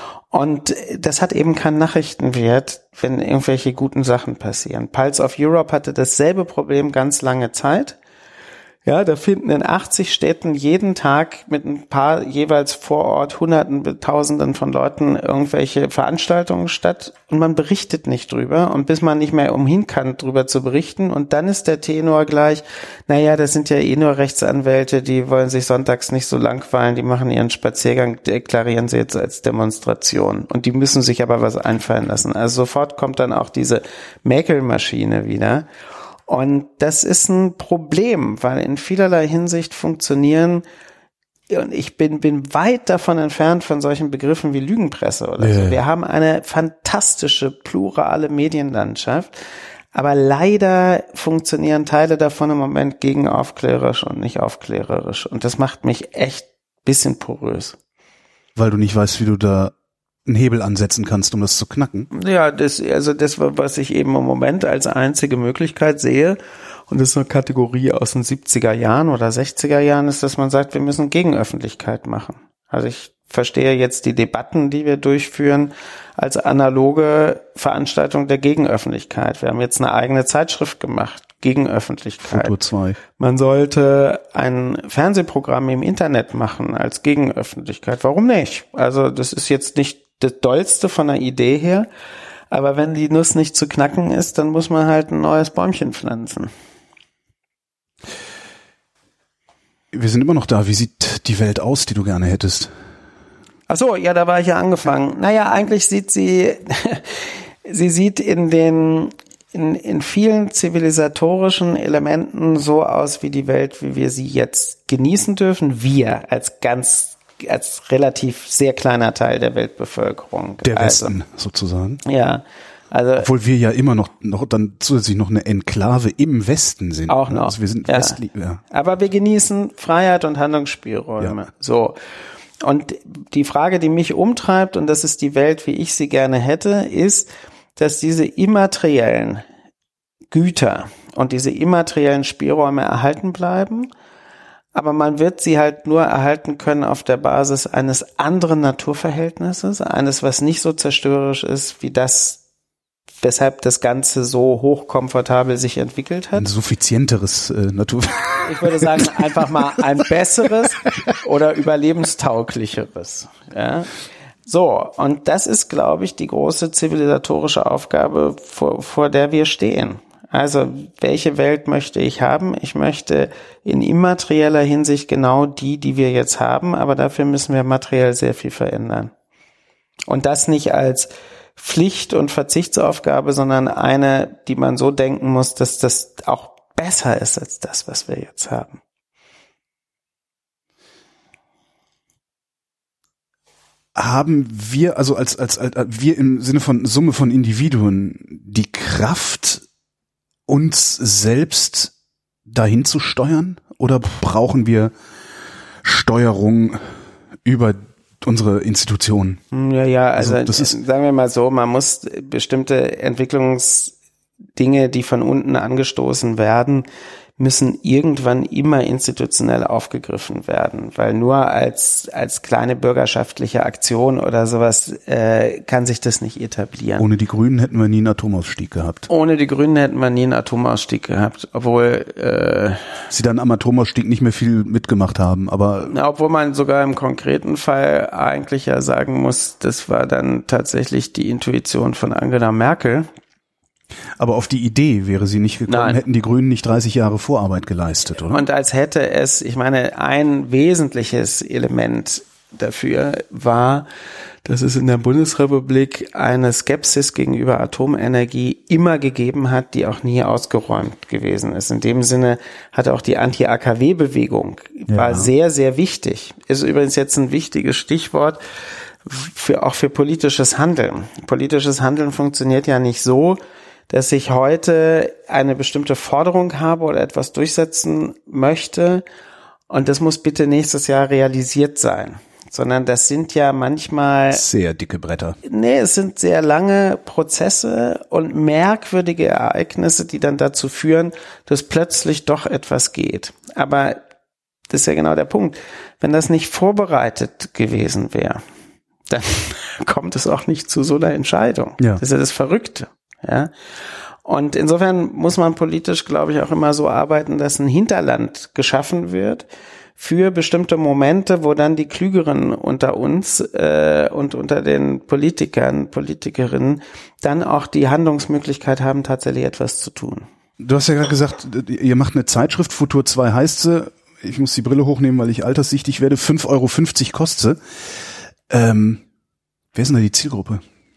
Und das hat eben keinen Nachrichtenwert, wenn irgendwelche guten Sachen passieren. Pulse of Europe hatte dasselbe Problem ganz lange Zeit. Ja, da finden in 80 Städten jeden Tag mit ein paar jeweils vor Ort Hunderten, Tausenden von Leuten irgendwelche Veranstaltungen statt und man berichtet nicht drüber und bis man nicht mehr umhin kann, drüber zu berichten und dann ist der Tenor gleich, das sind ja eh nur Rechtsanwälte, die wollen sich sonntags nicht so langweilen, die machen ihren Spaziergang, deklarieren sie jetzt als Demonstration und die müssen sich aber was einfallen lassen. Also sofort kommt dann auch diese Mäkelmaschine wieder. Und das ist ein Problem, weil in vielerlei Hinsicht funktionieren, und ich bin weit davon entfernt von solchen Begriffen wie Lügenpresse oder so. Wir haben eine fantastische, plurale Medienlandschaft, aber leider funktionieren Teile davon im Moment gegen aufklärerisch und nicht aufklärerisch. Und das macht mich echt ein bisschen porös. Weil du nicht weißt, wie du da einen Hebel ansetzen kannst, um das zu knacken? Ja, das, was ich eben im Moment als einzige Möglichkeit sehe, und das ist eine Kategorie aus den 70er Jahren oder 60er Jahren, ist, dass man sagt, wir müssen Gegenöffentlichkeit machen. Also ich verstehe jetzt die Debatten, die wir durchführen, als analoge Veranstaltung der Gegenöffentlichkeit. Wir haben jetzt eine eigene Zeitschrift gemacht, Gegenöffentlichkeit. Futur 2. Man sollte ein Fernsehprogramm im Internet machen als Gegenöffentlichkeit. Warum nicht? Also das ist jetzt nicht das Dollste von der Idee her, aber wenn die Nuss nicht zu knacken ist, dann muss man halt ein neues Bäumchen pflanzen. Wir sind immer noch da. Wie sieht die Welt aus, die du gerne hättest? Ach so, ja, da war ich ja angefangen. Naja, eigentlich sieht sie sieht in vielen zivilisatorischen Elementen so aus wie die Welt, wie wir sie jetzt genießen dürfen. Wir als relativ sehr kleiner Teil der Weltbevölkerung. Der Westen sozusagen. Ja. Also, obwohl wir ja immer noch dann zusätzlich noch eine Enklave im Westen sind. Auch noch. Also wir sind westlich. Ja. Aber wir genießen Freiheit und Handlungsspielräume. Ja. So. Und die Frage, die mich umtreibt, und das ist die Welt, wie ich sie gerne hätte, ist, dass diese immateriellen Güter und diese immateriellen Spielräume erhalten bleiben, aber man wird sie halt nur erhalten können auf der Basis eines anderen Naturverhältnisses, eines, was nicht so zerstörerisch ist, wie das, weshalb das Ganze so hochkomfortabel sich entwickelt hat. Ein suffizienteres Naturverhältnis. Ich würde sagen, einfach mal ein besseres oder überlebenstauglicheres. Ja. So, und das ist, glaube ich, die große zivilisatorische Aufgabe, vor der wir stehen. Also, welche Welt möchte ich haben? Ich möchte in immaterieller Hinsicht genau die wir jetzt haben, aber dafür müssen wir materiell sehr viel verändern. Und das nicht als Pflicht- und Verzichtsaufgabe, sondern eine, die man so denken muss, dass das auch besser ist als das, was wir jetzt haben. Haben wir, also als wir im Sinne von Summe von Individuen, die Kraft, uns selbst dahin zu steuern? Oder brauchen wir Steuerung über unsere Institutionen? Ja, also das ist, sagen wir mal so, man muss bestimmte Entwicklungsdinge, die von unten angestoßen werden, müssen irgendwann immer institutionell aufgegriffen werden, weil nur als kleine bürgerschaftliche Aktion oder sowas kann sich das nicht etablieren. Ohne die Grünen hätten wir nie einen Atomausstieg gehabt. Ohne die Grünen hätten wir nie einen Atomausstieg gehabt, obwohl sie dann am Atomausstieg nicht mehr viel mitgemacht haben, aber obwohl man sogar im konkreten Fall eigentlich ja sagen muss, das war dann tatsächlich die Intuition von Angela Merkel. Aber auf die Idee wäre sie nicht gekommen, Nein. hätten die Grünen nicht 30 Jahre Vorarbeit geleistet, oder? Und als hätte es, ich meine, ein wesentliches Element dafür war, dass es in der Bundesrepublik eine Skepsis gegenüber Atomenergie immer gegeben hat, die auch nie ausgeräumt gewesen ist. In dem Sinne hat auch die Anti-AKW-Bewegung war sehr, sehr wichtig. Ist übrigens jetzt ein wichtiges Stichwort auch für politisches Handeln. Politisches Handeln funktioniert ja nicht so, dass ich heute eine bestimmte Forderung habe oder etwas durchsetzen möchte und das muss bitte nächstes Jahr realisiert sein, sondern das sind ja manchmal sehr dicke Bretter. Nee, es sind sehr lange Prozesse und merkwürdige Ereignisse, die dann dazu führen, dass plötzlich doch etwas geht. Aber das ist ja genau der Punkt. Wenn das nicht vorbereitet gewesen wäre, dann kommt es auch nicht zu so einer Entscheidung. Ja. Das ist ja das Verrückte. Ja. Und insofern muss man politisch, glaube ich, auch immer so arbeiten, dass ein Hinterland geschaffen wird für bestimmte Momente, wo dann die Klügeren unter uns und unter den Politikern, Politikerinnen dann auch die Handlungsmöglichkeit haben, tatsächlich etwas zu tun. Du hast ja gerade gesagt, ihr macht eine Zeitschrift, Futur 2 heißt sie. Ich muss die Brille hochnehmen, weil ich alterssichtig werde. 5,50 € kostet sie. Wer ist denn da die Zielgruppe?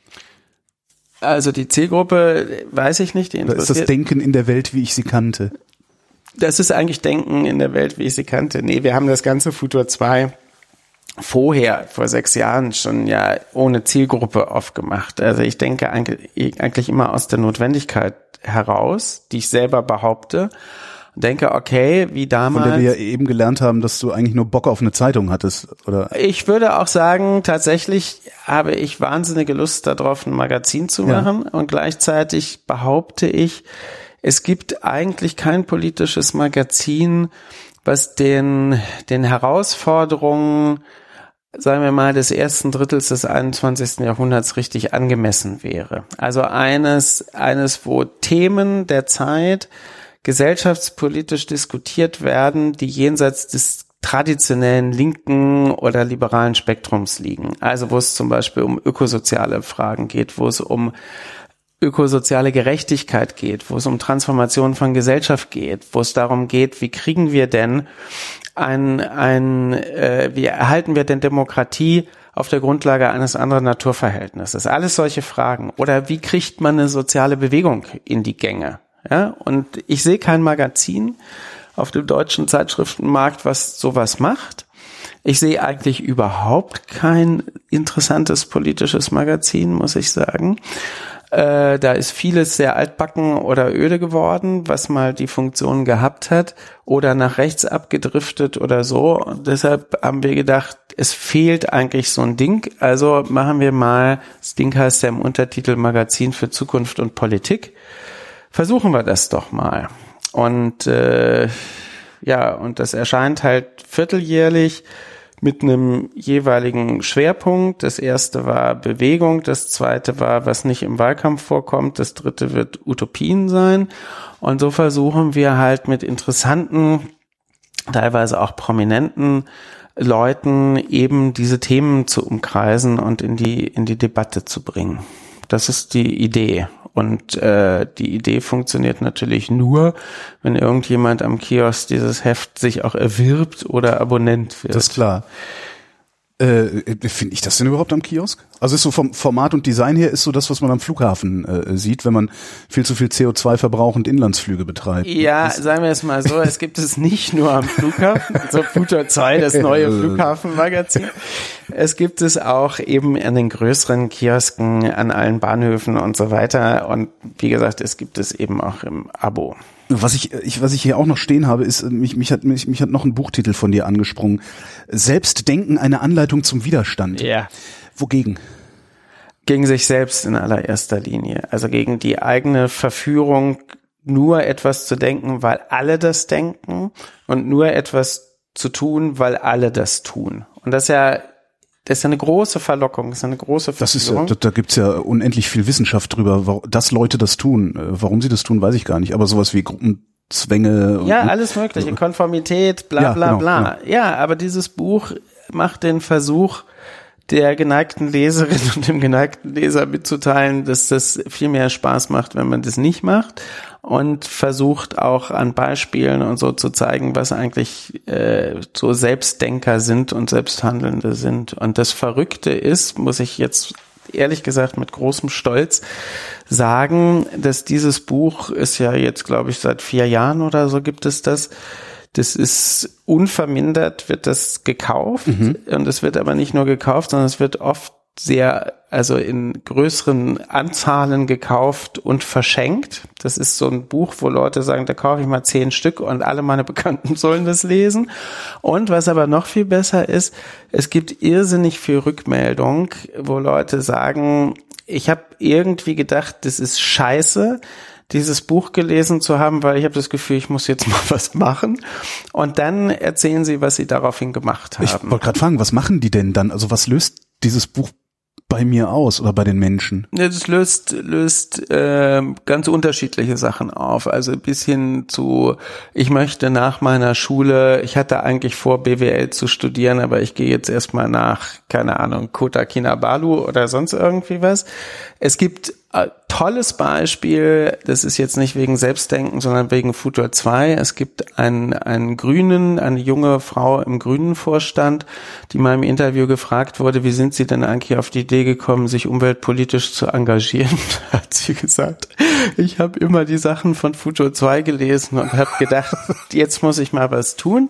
Also die Zielgruppe, weiß ich nicht. Die interessiert. Ist das Denken in der Welt, wie ich sie kannte? Das ist eigentlich Denken in der Welt, wie ich sie kannte. Nee, wir haben das ganze Futur 2 vorher, vor 6 Jahren schon ja ohne Zielgruppe aufgemacht. Also ich denke eigentlich immer aus der Notwendigkeit heraus, die ich selber behaupte. Denke, okay, wie damals. Von der wir ja eben gelernt haben, dass du eigentlich nur Bock auf eine Zeitung hattest, oder? Ich würde auch sagen, tatsächlich habe ich wahnsinnige Lust darauf, ein Magazin zu machen. Ja. Und gleichzeitig behaupte ich, es gibt eigentlich kein politisches Magazin, was den Herausforderungen sagen wir mal, des ersten Drittels des 21. Jahrhunderts richtig angemessen wäre. Also eines, wo Themen der Zeit gesellschaftspolitisch diskutiert werden, die jenseits des traditionellen linken oder liberalen Spektrums liegen. Also wo es zum Beispiel um ökosoziale Fragen geht, wo es um ökosoziale Gerechtigkeit geht, wo es um Transformation von Gesellschaft geht, wo es darum geht, wie kriegen wir denn wie erhalten wir denn Demokratie auf der Grundlage eines anderen Naturverhältnisses? Alles solche Fragen. Oder wie kriegt man eine soziale Bewegung in die Gänge? Ja, und ich sehe kein Magazin auf dem deutschen Zeitschriftenmarkt, was sowas macht. Ich sehe eigentlich überhaupt kein interessantes politisches Magazin, muss ich sagen. Da ist vieles sehr altbacken oder öde geworden, was mal die Funktion gehabt hat oder nach rechts abgedriftet oder so. Und deshalb haben wir gedacht, es fehlt eigentlich so ein Ding. Also machen wir mal, das Ding heißt ja im Untertitel Magazin für Zukunft und Politik. Versuchen wir das doch mal. Und und das erscheint halt vierteljährlich mit einem jeweiligen Schwerpunkt. Das erste war Bewegung, das zweite war, was nicht im Wahlkampf vorkommt, das dritte wird Utopien sein. Und so versuchen wir halt mit interessanten, teilweise auch prominenten Leuten eben diese Themen zu umkreisen und in die Debatte zu bringen. Das ist die Idee. Und die Idee funktioniert natürlich nur, wenn irgendjemand am Kiosk dieses Heft sich auch erwirbt oder Abonnent wird. Das ist klar. Finde ich das denn überhaupt am Kiosk? Also ist so vom Format und Design her ist so das, was man am Flughafen sieht, wenn man viel zu viel CO2 verbrauchend Inlandsflüge betreibt. Ja, sagen wir es mal so, es gibt es nicht nur am Flughafen, so Futur 2, das neue Flughafenmagazin. Es gibt es auch eben an den größeren Kiosken, an allen Bahnhöfen und so weiter. Und wie gesagt, es gibt es eben auch im Abo. Was ich hier auch noch stehen habe, ist, mich hat noch ein Buchtitel von dir angesprungen. Selbstdenken, eine Anleitung zum Widerstand. Ja. Wogegen? Gegen sich selbst in allererster Linie. Also gegen die eigene Verführung, nur etwas zu denken, weil alle das denken und nur etwas zu tun, weil alle das tun. Und das ist ja eine große Verlockung, das ist eine große Verführung. Da gibt's ja unendlich viel Wissenschaft drüber, dass Leute das tun. Warum sie das tun, weiß ich gar nicht. Aber sowas wie Gruppenzwänge. Ja, alles Mögliche, Konformität, bla bla bla. Ja, aber dieses Buch macht den Versuch, der geneigten Leserin und dem geneigten Leser mitzuteilen, dass das viel mehr Spaß macht, wenn man das nicht macht, und versucht auch an Beispielen und so zu zeigen, was eigentlich so Selbstdenker sind und Selbsthandelnde sind. Und das Verrückte ist, muss ich jetzt ehrlich gesagt mit großem Stolz sagen, dass dieses Buch ist ja jetzt, glaube ich, seit 4 Jahren oder so gibt es das. Das ist unvermindert, wird das gekauft. Und es wird aber nicht nur gekauft, sondern es wird oft also in größeren Anzahlen gekauft und verschenkt. Das ist so ein Buch, wo Leute sagen, da kaufe ich mal 10 Stück und alle meine Bekannten sollen das lesen. Und was aber noch viel besser ist, es gibt irrsinnig viel Rückmeldung, wo Leute sagen, ich habe irgendwie gedacht, das ist scheiße, dieses Buch gelesen zu haben, weil ich habe das Gefühl, ich muss jetzt mal was machen. Und dann erzählen sie, was sie daraufhin gemacht haben. Ich wollte gerade fragen, was machen die denn dann? Also was löst dieses Buch bei mir aus oder bei den Menschen? Ja, das löst ganz unterschiedliche Sachen auf. Also bis hin zu, ich möchte nach meiner Schule, ich hatte eigentlich vor, BWL zu studieren, aber ich gehe jetzt erstmal nach, keine Ahnung, Kota Kinabalu oder sonst irgendwie was. Es gibt tolles Beispiel, das ist jetzt nicht wegen Selbstdenken, sondern wegen Futur 2. Es gibt eine junge Frau im Grünen-Vorstand, die mal im Interview gefragt wurde, wie sind Sie denn eigentlich auf die Idee gekommen, sich umweltpolitisch zu engagieren? Da hat sie gesagt, ich habe immer die Sachen von Futur 2 gelesen und habe gedacht, jetzt muss ich mal was tun.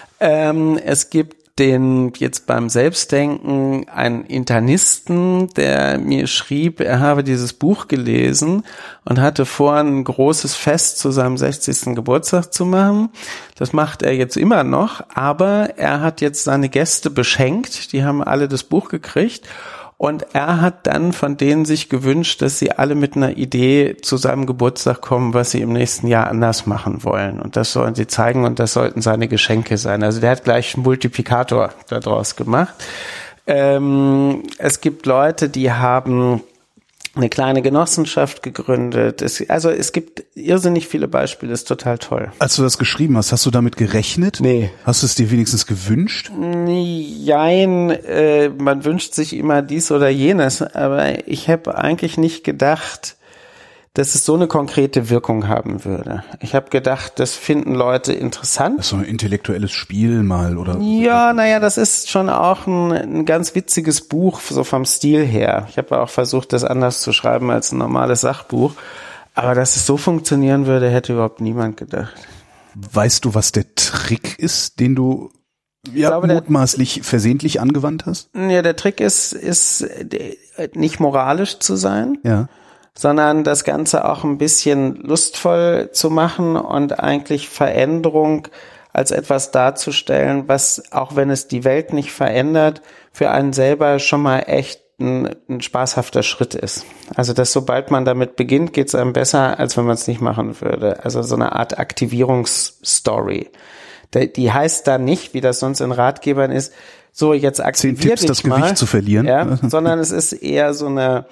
Es gibt jetzt beim Selbstdenken einen Internisten, der mir schrieb, er habe dieses Buch gelesen und hatte vor, ein großes Fest zu seinem 60. Geburtstag zu machen. Das macht er jetzt immer noch, aber er hat jetzt seine Gäste beschenkt, die haben alle das Buch gekriegt. Und er hat dann von denen sich gewünscht, dass sie alle mit einer Idee zu seinem Geburtstag kommen, was sie im nächsten Jahr anders machen wollen. Und das sollen sie zeigen und das sollten seine Geschenke sein. Also der hat gleich einen Multiplikator daraus gemacht. Es gibt Leute, die haben eine kleine Genossenschaft gegründet. Es gibt irrsinnig viele Beispiele, ist total toll. Als du das geschrieben hast du damit gerechnet? Nee. Hast du es dir wenigstens gewünscht? Nein, man wünscht sich immer dies oder jenes, aber ich habe eigentlich nicht gedacht, dass es so eine konkrete Wirkung haben würde. Ich habe gedacht, das finden Leute interessant. Das ist so ein intellektuelles Spiel mal, oder? Ja, das ist schon auch ein ganz witziges Buch, so vom Stil her. Ich habe auch versucht, das anders zu schreiben als ein normales Sachbuch. Aber dass es so funktionieren würde, hätte überhaupt niemand gedacht. Weißt du, was der Trick ist, den du mutmaßlich versehentlich angewandt hast? Ja, der Trick ist nicht moralisch zu sein. Ja. Sondern das Ganze auch ein bisschen lustvoll zu machen und eigentlich Veränderung als etwas darzustellen, was, auch wenn es die Welt nicht verändert, für einen selber schon mal echt ein spaßhafter Schritt ist. Also, dass sobald man damit beginnt, geht es einem besser, als wenn man es nicht machen würde. Also so eine Art Aktivierungsstory. Die heißt dann nicht, wie das sonst in Ratgebern ist, so jetzt aktivier 10 Tipps, dich das mal, Gewicht zu verlieren. Ja, sondern es ist eher so eine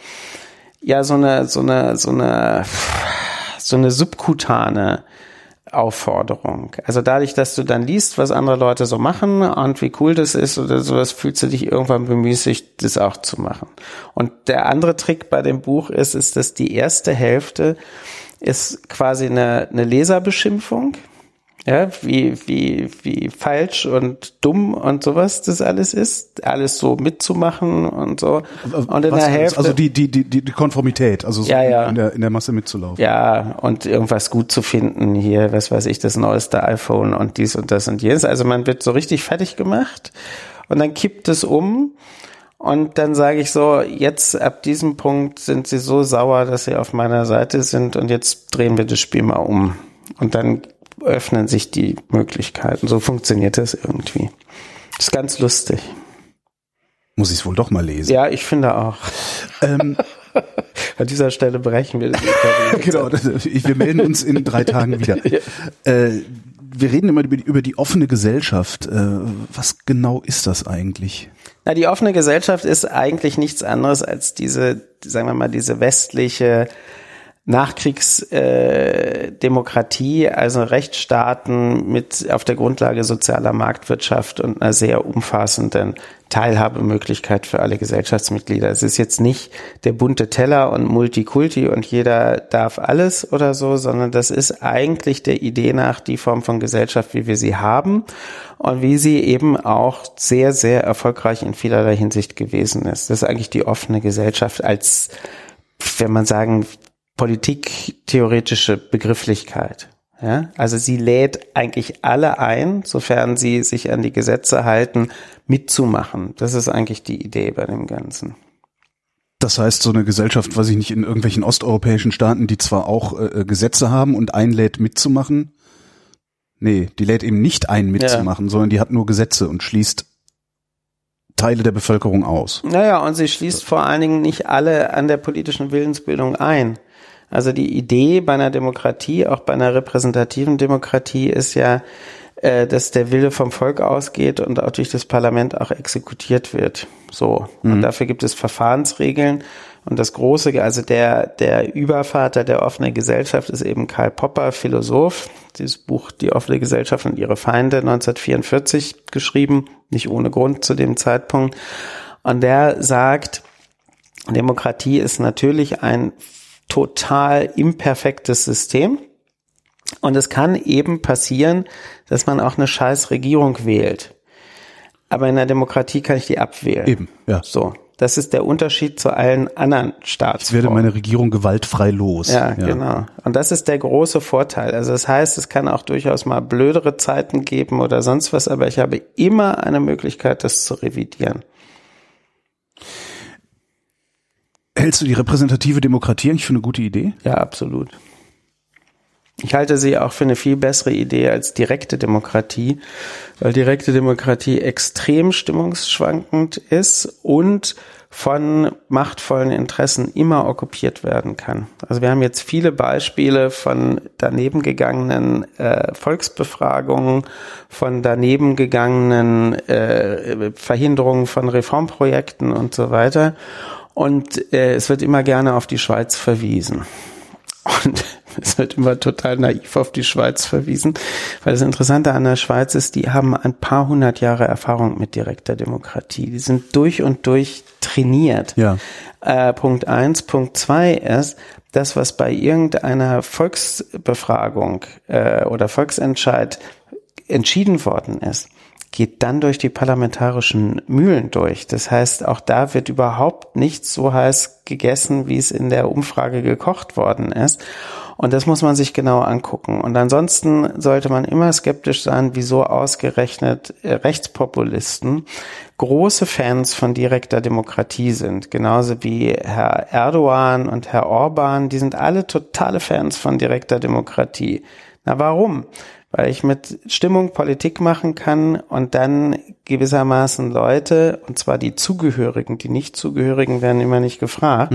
subkutane Aufforderung. Also dadurch, dass du dann liest, was andere Leute so machen und wie cool das ist oder sowas, fühlst du dich irgendwann bemüßigt, das auch zu machen. Und der andere Trick bei dem Buch ist, dass die erste Hälfte ist quasi eine Leserbeschimpfung. Ja, wie falsch und dumm und sowas das alles ist, alles so mitzumachen und so. Und in der Hälfte, also die Konformität, also so in der Masse mitzulaufen. Ja, und irgendwas gut zu finden hier, was weiß ich, das neueste iPhone und dies und das und jenes. Also man wird so richtig fertig gemacht und dann kippt es um. Und dann sage ich so, jetzt ab diesem Punkt sind sie so sauer, dass sie auf meiner Seite sind und jetzt drehen wir das Spiel mal um. Und dann öffnen sich die Möglichkeiten. So funktioniert das irgendwie. Das ist ganz lustig. Muss ich es wohl doch mal lesen. Ja, ich finde auch. An dieser Stelle brechen wir das. Genau, wir melden uns in 3 Tagen wieder. Ja. Wir reden immer über die offene Gesellschaft. Was genau ist das eigentlich? Na, die offene Gesellschaft ist eigentlich nichts anderes als diese, sagen wir mal, diese westliche Nachkriegsdemokratie, also Rechtsstaaten mit auf der Grundlage sozialer Marktwirtschaft und einer sehr umfassenden Teilhabemöglichkeit für alle Gesellschaftsmitglieder. Es ist jetzt nicht der bunte Teller und Multikulti und jeder darf alles oder so, sondern das ist eigentlich der Idee nach die Form von Gesellschaft, wie wir sie haben und wie sie eben auch sehr, sehr erfolgreich in vielerlei Hinsicht gewesen ist. Das ist eigentlich die offene Gesellschaft als, wenn man sagen, politiktheoretische Begrifflichkeit. Ja, also sie lädt eigentlich alle ein, sofern sie sich an die Gesetze halten, mitzumachen. Das ist eigentlich die Idee bei dem Ganzen. Das heißt, so eine Gesellschaft, weiß ich nicht, in irgendwelchen osteuropäischen Staaten, die zwar auch Gesetze haben und einlädt mitzumachen, nee, die lädt eben nicht ein mitzumachen, sondern die hat nur Gesetze und schließt Teile der Bevölkerung aus. Naja, und sie schließt vor allen Dingen nicht alle an der politischen Willensbildung ein. Also die Idee bei einer Demokratie, auch bei einer repräsentativen Demokratie, ist ja, dass der Wille vom Volk ausgeht und auch durch das Parlament auch exekutiert wird. So. Und dafür gibt es Verfahrensregeln. Und das Große, also der Übervater der offenen Gesellschaft ist eben Karl Popper, Philosoph. Dieses Buch Die offene Gesellschaft und ihre Feinde 1944 geschrieben, nicht ohne Grund zu dem Zeitpunkt. Und der sagt, Demokratie ist natürlich ein total imperfektes System. Und es kann eben passieren, dass man auch eine scheiß Regierung wählt. Aber in der Demokratie kann ich die abwählen. Eben, ja. So. Das ist der Unterschied zu allen anderen Staatsformen. Ich werde meine Regierung gewaltfrei los. Ja, genau. Und das ist der große Vorteil. Also das heißt, es kann auch durchaus mal blödere Zeiten geben oder sonst was, aber ich habe immer eine Möglichkeit, das zu revidieren. Hältst du die repräsentative Demokratie eigentlich für eine gute Idee? Ja, absolut. Ich halte sie auch für eine viel bessere Idee als direkte Demokratie, weil direkte Demokratie extrem stimmungsschwankend ist und von machtvollen Interessen immer okkupiert werden kann. Also wir haben jetzt viele Beispiele von daneben gegangenen Volksbefragungen, von daneben gegangenen Verhinderungen von Reformprojekten und so weiter. Und es wird immer gerne auf die Schweiz verwiesen. Und es wird immer total naiv auf die Schweiz verwiesen, weil das Interessante an der Schweiz ist, die haben ein paar hundert Jahre Erfahrung mit direkter Demokratie. Die sind durch und durch trainiert. Ja. Punkt 1. Punkt 2 ist, das, was bei irgendeiner Volksbefragung oder Volksentscheid entschieden worden ist, geht dann durch die parlamentarischen Mühlen durch. Das heißt, auch da wird überhaupt nichts so heiß gegessen, wie es in der Umfrage gekocht worden ist. Und das muss man sich genau angucken. Und ansonsten sollte man immer skeptisch sein, wieso ausgerechnet Rechtspopulisten große Fans von direkter Demokratie sind. Genauso wie Herr Erdogan und Herr Orban, die sind alle totale Fans von direkter Demokratie. Na, warum? Weil ich mit Stimmung Politik machen kann und dann gewissermaßen Leute, und zwar die Zugehörigen, die Nicht-Zugehörigen werden immer nicht gefragt,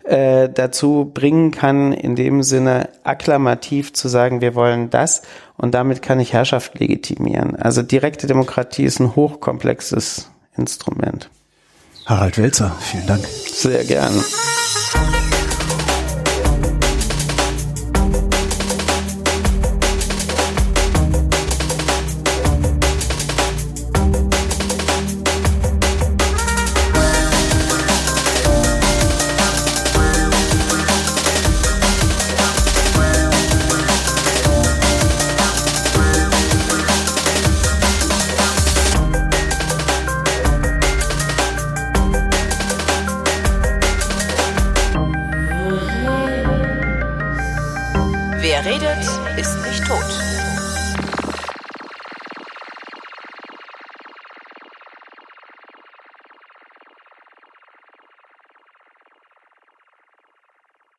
dazu bringen kann, in dem Sinne akklamativ zu sagen, wir wollen das, und damit kann ich Herrschaft legitimieren. Also direkte Demokratie ist ein hochkomplexes Instrument. Harald Welzer, vielen Dank. Sehr gern. Wer redet, ist nicht tot.